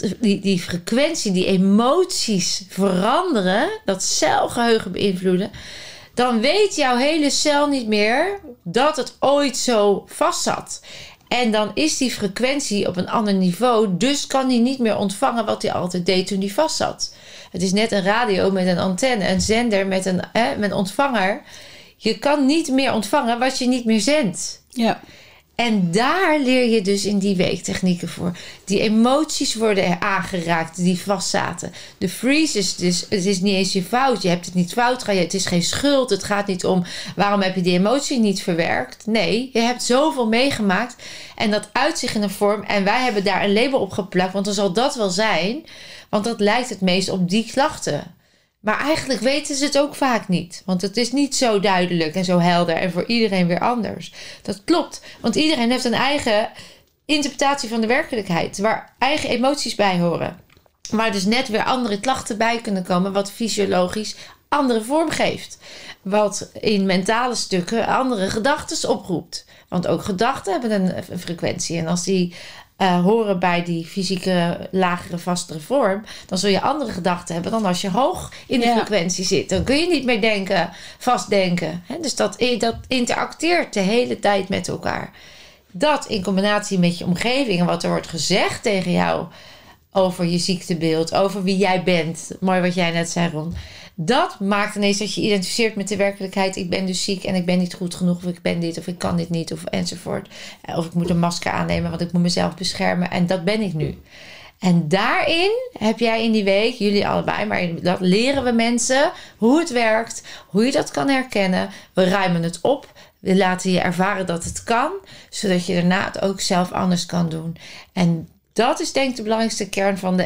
die frequentie, die emoties veranderen, dat celgeheugen beïnvloeden, dan weet jouw hele cel niet meer dat het ooit zo vast zat. En dan is die frequentie op een ander niveau, dus kan die niet meer ontvangen wat hij altijd deed toen die vast zat. Het is net een radio met een antenne, een zender met een ontvanger. Je kan niet meer ontvangen wat je niet meer zendt. Ja. En daar leer je dus in die weektechnieken voor. Die emoties worden aangeraakt die vastzaten. De freeze dus, het is niet eens je fout. Je hebt het niet fout gedaan. Het is geen schuld. Het gaat niet om waarom heb je die emotie niet verwerkt. Nee, je hebt zoveel meegemaakt. En dat uit zich in een vorm. En wij hebben daar een label op geplakt. Want dan zal dat wel zijn. Want dat lijkt het meest op die klachten. Maar eigenlijk weten ze het ook vaak niet. Want het is niet zo duidelijk en zo helder en voor iedereen weer anders. Dat klopt, want iedereen heeft een eigen interpretatie van de werkelijkheid. Waar eigen emoties bij horen. Waar dus net weer andere klachten bij kunnen komen. Wat fysiologisch andere vorm geeft. Wat in mentale stukken andere gedachten oproept. Want ook gedachten hebben een frequentie. En als die horen bij die fysieke, lagere, vastere vorm, dan zul je andere gedachten hebben dan als je hoog in de frequentie zit. Dan kun je niet meer denken, vastdenken. Dus dat interacteert de hele tijd met elkaar. Dat in combinatie met je omgeving en wat er wordt gezegd tegen jou over je ziektebeeld, over wie jij bent. Mooi wat jij net zei, Ron. Dat maakt ineens dat je identificeert met de werkelijkheid. Ik ben dus ziek en ik ben niet goed genoeg. Of ik ben dit of ik kan dit niet of enzovoort. Of ik moet een masker aannemen want ik moet mezelf beschermen. En dat ben ik nu. En daarin heb jij in die week, jullie allebei, maar dat leren we mensen hoe het werkt. Hoe je dat kan herkennen. We ruimen het op. We laten je ervaren dat het kan. Zodat je daarna het ook zelf anders kan doen. En dat is denk ik de belangrijkste kern van de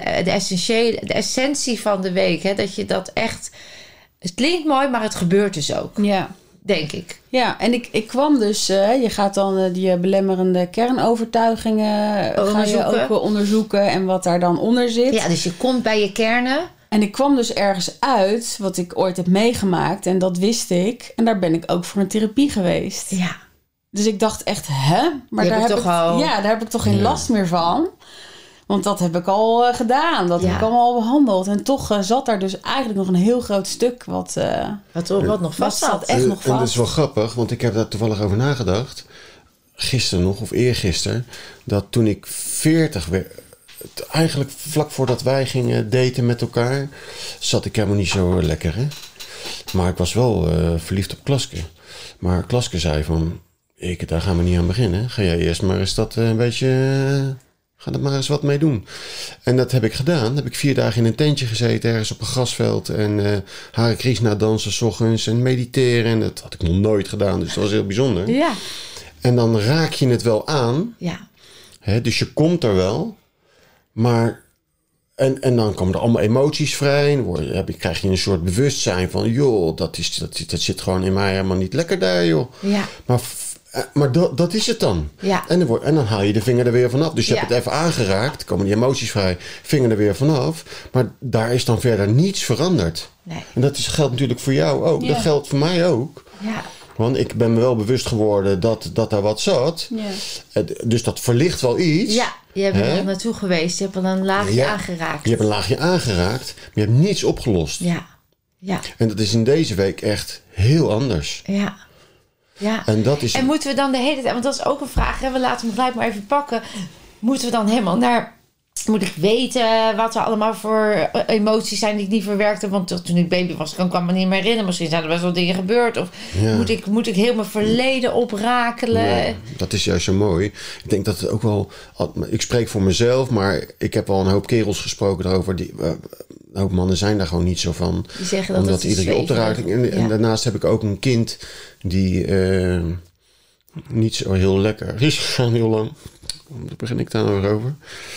essentie van de week. Hè? Dat je dat echt. Het klinkt mooi, maar het gebeurt dus ook. Ja. Denk ik. Ja, en ik kwam dus. Je gaat dan die belemmerende kernovertuigingen ga je ook onderzoeken. En wat daar dan onder zit. Ja, dus je komt bij je kernen. En ik kwam dus ergens uit wat ik ooit heb meegemaakt. En dat wist ik. En daar ben ik ook voor een therapie geweest. Ja. Dus ik dacht echt, hè? Maar daar heb ik toch geen last meer van. Want dat heb ik al gedaan. Dat heb ik allemaal al behandeld. En toch zat daar dus eigenlijk nog een heel groot stuk wat nog vast zat. Echt nog vast. En dat is wel grappig, want ik heb daar toevallig over nagedacht. Gisteren nog, of eergisteren. Dat toen ik 40 werd, eigenlijk vlak voordat wij gingen daten met elkaar, zat ik helemaal niet zo lekker. Hè? Maar ik was wel verliefd op Klaske. Maar Klaske zei van, daar gaan we niet aan beginnen. Ga jij eerst maar eens dat een beetje. Ga er maar eens wat mee doen. En dat heb ik gedaan. Dan heb ik 4 dagen in een tentje gezeten, ergens op een grasveld. En Hare Krishna dansen 's ochtends en mediteren. En dat had ik nog nooit gedaan, dus dat was heel bijzonder. Ja. En dan raak je het wel aan. Ja. Dus je komt er wel. Maar En dan komen er allemaal emoties vrij. Krijg je een soort bewustzijn van... joh, dat zit gewoon in mij helemaal niet lekker daar, joh. Ja. Maar dat is het dan. Ja. En dan haal je de vinger er weer vanaf. Dus je hebt het even aangeraakt. Komen die emoties vrij. Vinger er weer vanaf. Maar daar is dan verder niets veranderd. Nee. En dat geldt natuurlijk voor jou ook. Ja. Dat geldt voor mij ook. Ja. Want ik ben me wel bewust geworden dat daar wat zat. Ja. Dus dat verlicht wel iets. Ja, je bent er naartoe geweest. Je hebt al een laagje aangeraakt. Je hebt een laagje aangeraakt. Maar je hebt niets opgelost. Ja. Ja. En dat is in deze week echt heel anders. Ja. Ja. En moeten we dan de hele tijd... Want dat is ook een vraag. Hè? We laten hem gelijk maar even pakken. Moeten we dan helemaal naar... Moet ik weten wat er allemaal voor emoties zijn die ik niet verwerkte? Want toen ik baby was, kan ik me niet meer herinneren. Misschien zijn er best wel dingen gebeurd. Of moet ik heel mijn verleden oprakelen? Ja, dat is juist zo mooi. Ik denk dat het ook wel... Ik spreek voor mezelf, maar ik heb al een hoop kerels gesproken daarover. Een hoop mannen zijn daar gewoon niet zo van. Die zeggen dat het iedere keer op te raken. En daarnaast heb ik ook een kind die niet zo heel lekker is gegaan heel lang. Daar begin ik daar nog over.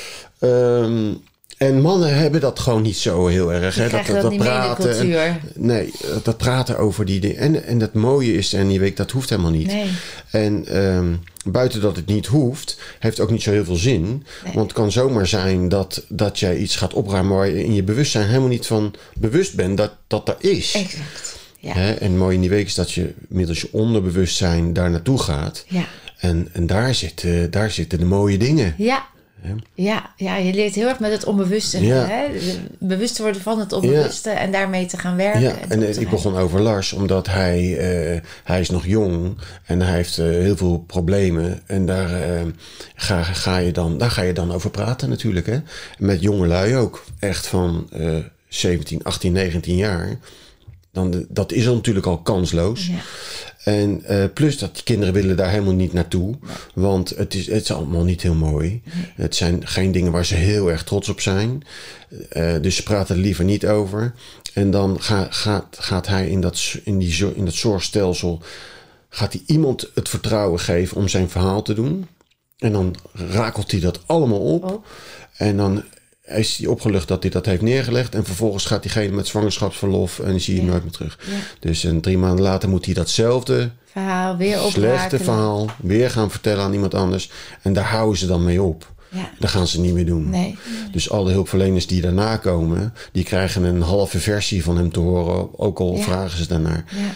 En mannen hebben dat gewoon niet zo heel erg. Hè? Dat praten. Dat praten over die dingen. En dat mooie is, en je weet, dat hoeft helemaal niet. Nee. En buiten dat het niet hoeft, heeft ook niet zo heel veel zin. Nee. Want het kan zomaar zijn dat jij iets gaat opruimen waar je in je bewustzijn helemaal niet van bewust bent dat er is. Exact. Ja. Hè? En het mooie in die week is dat je middels je onderbewustzijn daar naartoe gaat. Ja. En daar zitten de mooie dingen. Ja. Ja, je leert heel erg met het onbewuste. Ja. Hè? Bewust worden van het onbewuste en daarmee te gaan werken. Ja, en ik begon over Lars, omdat hij is nog jong en hij heeft heel veel problemen. En daar ga je dan over praten natuurlijk. Hè? Met jongelui ook. Echt van 17, 18, 19 jaar. Dat is natuurlijk al kansloos. Ja. En plus dat die kinderen willen daar helemaal niet naartoe. Nee. Want het is allemaal niet heel mooi. Nee. Het zijn geen dingen waar ze heel erg trots op zijn. Dus ze praten er liever niet over. En dan gaat hij in dat zorgstelsel... gaat hij iemand het vertrouwen geven om zijn verhaal te doen. En dan rakelt hij dat allemaal op. Oh. En dan is hij opgelucht dat hij dat heeft neergelegd. En vervolgens gaat diegene met zwangerschapsverlof en zie je hem nooit meer terug. Ja. Dus 3 maanden later moet hij datzelfde verhaal weer slechte verhaal weer gaan vertellen aan iemand anders. En daar houden ze dan mee op. Ja. Dat gaan ze niet meer doen. Nee. Dus alle hulpverleners die daarna komen, die krijgen een halve versie van hem te horen. Ook al vragen ze daarnaar. Ja.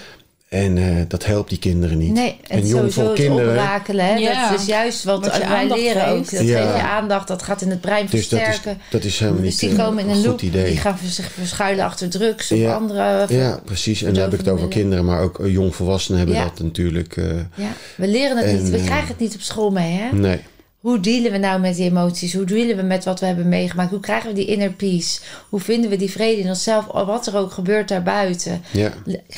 En dat helpt die kinderen niet. Nee, en sowieso het oprakelen. Hè? Ja. Dat is juist wat wij leren ook. Dat geef je aandacht, dat gaat in het brein versterken. Dat is helemaal niet die komen in een loop. Idee. Die gaan zich verschuilen achter drugs of andere... Ja, precies. En dan heb ik het over kinderen, maar ook jongvolwassenen hebben dat natuurlijk. We leren het niet. We krijgen het niet op school mee, hè? Nee. Hoe dealen we nou met die emoties? Hoe dealen we met wat we hebben meegemaakt? Hoe krijgen we die inner peace? Hoe vinden we die vrede in onszelf? Wat er ook gebeurt daarbuiten. Ja.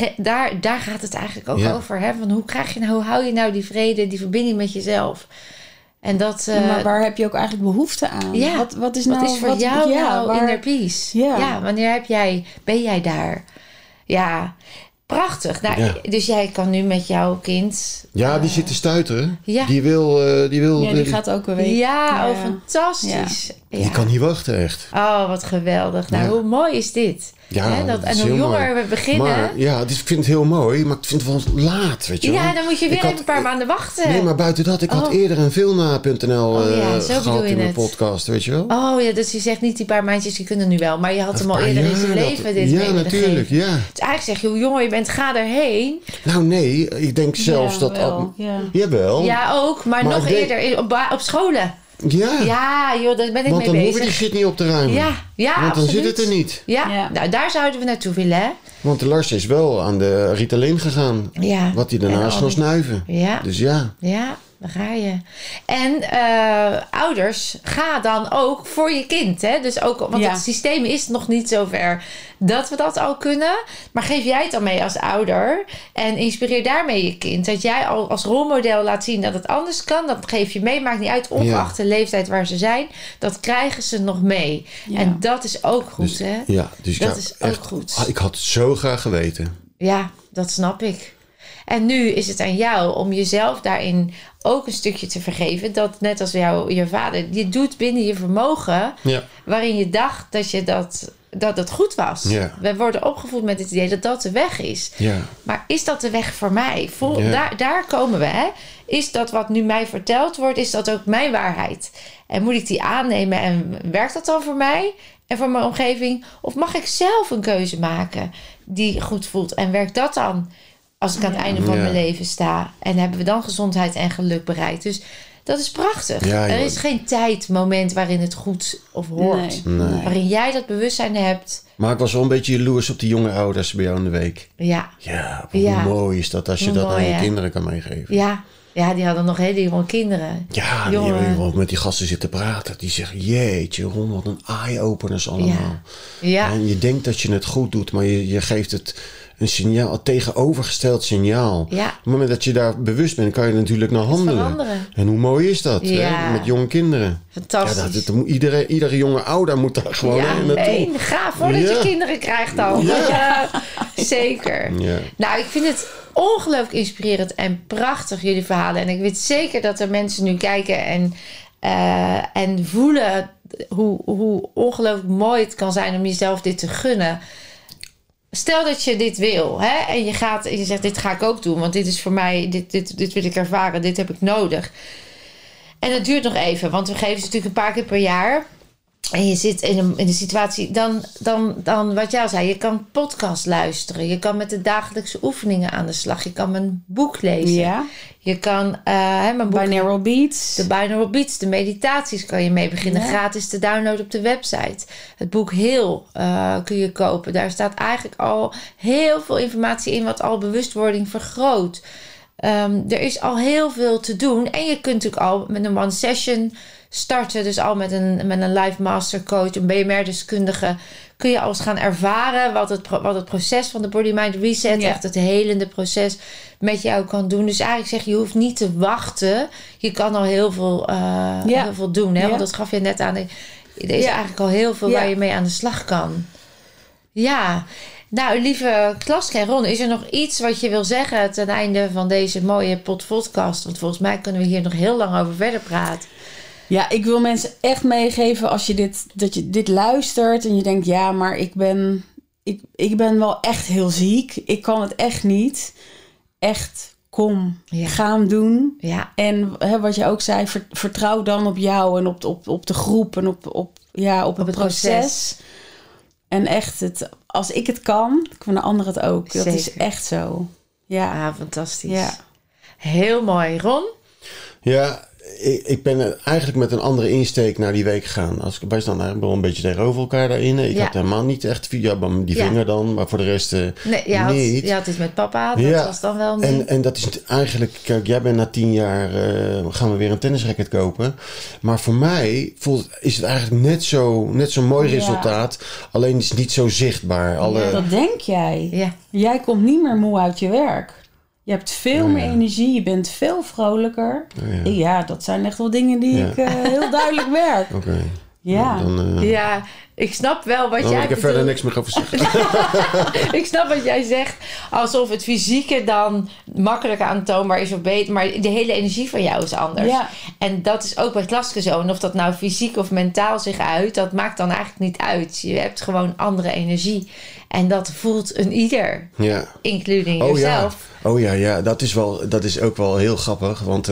Daar gaat het eigenlijk ook over. Hè? Van hoe hou je nou die vrede, die verbinding met jezelf? En dat, maar waar heb je ook eigenlijk behoefte aan? Ja, wat is voor jou inner peace? Ja, wanneer ben jij daar? Ja, prachtig. Nou, dus jij kan nu met jouw kind... Ja, die zit te stuiteren. Ja. Die wil... die gaat ook een week. Ja, fantastisch. Ja. Die kan niet wachten, echt. Oh, wat geweldig. Nou, hoe mooi is dit? Ja, en hoe jonger we beginnen... Maar, ik vind het heel mooi, maar ik vind het wel laat, weet je wel. Ja, dan moet je weer even een paar maanden wachten. Nee, maar buiten dat, ik had eerder een Vilna.nl gehad in mijn podcast, weet je wel. Oh ja, dus je zegt niet die paar maandjes, die kunnen nu wel. Maar je had hem al eerder in zijn leven dit Ja, natuurlijk, ja. Dus eigenlijk zeg je, hoe jonger je bent, ga erheen. Nou nee, ik denk zelfs dat... Jawel. Ja, ook, maar nog eerder op scholen. Ja, joh, daar ben ik mee bezig. Want dan hoeven we die shit niet op te ruimen. Ja, want dan zit het er niet. Ja, nou daar zouden we naartoe willen, hè. Want de Lars is wel aan de Ritalin gegaan. Ja. Wat hij daarna is gaan snuiven. Ja. Dus ja. Ja, daar ga je. En ouders, ga dan ook voor je kind, hè. Dus ook, want het systeem is nog niet zover dat we dat al kunnen. Maar geef jij het dan mee als ouder. En inspireer daarmee je kind. Dat jij al als rolmodel laat zien dat het anders kan. Dat geef je mee. Maakt niet uit, ongeacht de leeftijd waar ze zijn. Dat krijgen ze nog mee. Ja. En dat is ook goed, dus, hè? Dus dat is ook goed. Ik had het zo graag geweten. Ja, dat snap ik. En nu is het aan jou om jezelf daarin ook een stukje te vergeven. Dat net als je vader, je doet binnen je vermogen... Ja. waarin je dacht dat het goed was. Ja. We worden opgevoed met het idee dat de weg is. Ja. Maar is dat de weg voor mij? Ja. Daar komen we, hè? Is dat wat nu mij verteld wordt, is dat ook mijn waarheid? En moet ik die aannemen en werkt dat dan voor mij en voor mijn omgeving? Of mag ik zelf een keuze maken die goed voelt? En werkt dat dan als ik aan het einde van mijn leven sta? En hebben we dan gezondheid en geluk bereikt? Dus dat is prachtig. Ja, er is geen moment waarin het goed of hoort. Nee. Waarin jij dat bewustzijn hebt. Maar ik was wel een beetje jaloers op die jonge ouders bij jou in de week. Ja. Ja, hoe mooi is dat als je dat aan je kinderen kan meegeven. Ja, die hadden nog hele jonge kinderen. Ja, die hebben wel met die gasten zitten praten. Die zeggen, jeetje Ron, wat een eye-openers allemaal. Ja. En je denkt dat je het goed doet, maar je geeft het een signaal, een tegenovergesteld signaal. Ja. Op het moment dat je daar bewust bent, kan je natuurlijk naar handelen. Veranderen. En hoe mooi is dat, hè? Met jonge kinderen. Fantastisch. Ja, iedere jonge ouder moet daar gewoon naartoe. Nee, ga voordat je kinderen krijgt dan. Ja. Zeker. Ja. Nou, ik vind het ongelooflijk inspirerend en prachtig, jullie verhalen. En ik weet zeker dat er mensen nu kijken en voelen hoe ongelooflijk mooi het kan zijn om jezelf dit te gunnen. Stel dat je dit wil, hè, en je zegt, dit ga ik ook doen, want dit is voor mij, dit wil ik ervaren, dit heb ik nodig. En het duurt nog even, want we geven ze natuurlijk een paar keer per jaar. En je zit in de situatie, dan wat jij al zei, je kan podcast luisteren. Je kan met de dagelijkse oefeningen aan de slag. Je kan mijn boek lezen. Ja. Je kan mijn boek, Binaural Beats. de Binaural Beats, de meditaties kan je mee beginnen. Ja. Gratis te downloaden op de website. Het boek Heel kun je kopen. Daar staat eigenlijk al heel veel informatie in wat al bewustwording vergroot. Er is al heel veel te doen. En je kunt natuurlijk al met een one session starten. Dus al met een life master coach, een BMR-deskundige, kun je al eens gaan ervaren wat het proces van de Body-Mind Reset, echt het helende proces, met jou kan doen. Dus eigenlijk zeg je hoeft niet te wachten. Je kan al heel veel doen. Hè? Want dat gaf je net aan. Er is eigenlijk al heel veel waar je mee aan de slag kan. Ja. Nou, lieve Klaske en Ron, is er nog iets wat je wil zeggen ten einde van deze mooie podcast? Want volgens mij kunnen we hier nog heel lang over verder praten. Ja, ik wil mensen echt meegeven als je dit luistert en je denkt, ja, maar ik ben wel echt heel ziek. Ik kan het echt niet. Echt, kom, ga hem doen. Ja. En wat je ook zei, vertrouw dan op jou en op de groep en op het proces. En echt, als ik het kan de ander het ook. Dat is echt zo. Ja, fantastisch. Ja. Heel mooi. Ron? Ja, ik ben eigenlijk met een andere insteek naar die week gegaan. Als ik erbij sta, ik ben wel een beetje tegenover elkaar daarin. Ik had helemaal niet echt die vinger dan, maar voor de rest niet. Je had iets met papa, dat was dan wel niet. En dat is eigenlijk, kijk, jij bent na 10 jaar, gaan we weer een tennisracket kopen. Maar voor mij is het eigenlijk net zo'n mooi resultaat. Alleen is het niet zo zichtbaar. Dat denk jij. Ja. Jij komt niet meer moe uit je werk. Je hebt veel meer energie, je bent veel vrolijker. Ja, dat zijn echt wel dingen die ik heel duidelijk merk. Oké. Ja. Ja, ik snap wel wat jij bedoelt. Dan heb ik er verder niks meer over zeggen. Ik snap wat jij zegt. Alsof het fysieke dan makkelijker aantoonbaar is of beter. Maar de hele energie van jou is anders. Ja. En dat is ook bij Klaske zo. En of dat nou fysiek of mentaal zich uit, dat maakt dan eigenlijk niet uit. Je hebt gewoon andere energie. En dat voelt een ieder. Ja. Including jezelf. Ja. Dat is ook wel heel grappig. Want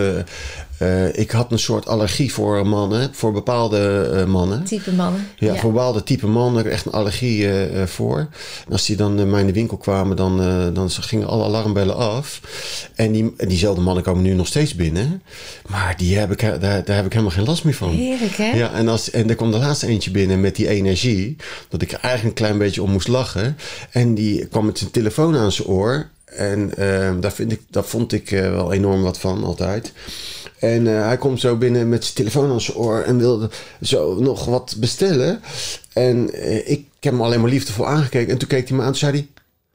ik had een soort allergie voor mannen. Voor bepaalde mannen. Type mannen. Ja, voor bepaalde type mannen heb ik echt een allergie voor. En als die dan bij mij in de winkel kwamen, dan gingen alle alarmbellen af. En diezelfde mannen komen nu nog steeds binnen. Maar daar heb ik helemaal geen last meer van. Heerlijk, hè? Ja, en er kwam de laatste eentje binnen met die energie. Dat ik er eigenlijk een klein beetje om moest lachen. En die kwam met zijn telefoon aan zijn oor. En daar vond ik wel enorm wat van, altijd. En hij komt zo binnen met zijn telefoon aan zijn oor en wilde zo nog wat bestellen. En ik heb hem alleen maar liefdevol aangekeken. En toen keek hij me aan en zei hij: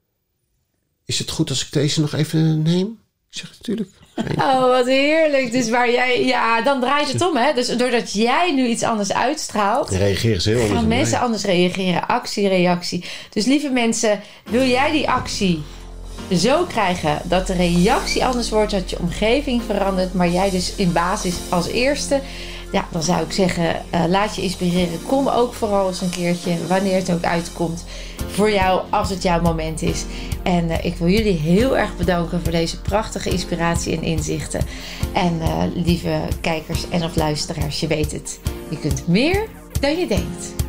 is het goed als ik deze nog even neem? Ik zeg, natuurlijk. Oh, wat heerlijk. Dus dan draait het om, hè? Dus doordat jij nu iets anders uitstraalt, reageren ze heel anders. Gaan mensen anders reageren. Actie, reactie. Dus lieve mensen, wil jij die actie zo krijgen dat de reactie anders wordt, dat je omgeving verandert, maar jij dus in basis als eerste, ja, dan zou ik zeggen, laat je inspireren. Kom ook vooral eens een keertje, wanneer het ook uitkomt, voor jou, als het jouw moment is. En ik wil jullie heel erg bedanken voor deze prachtige inspiratie en inzichten. En lieve kijkers en of luisteraars, je weet het, je kunt meer dan je denkt.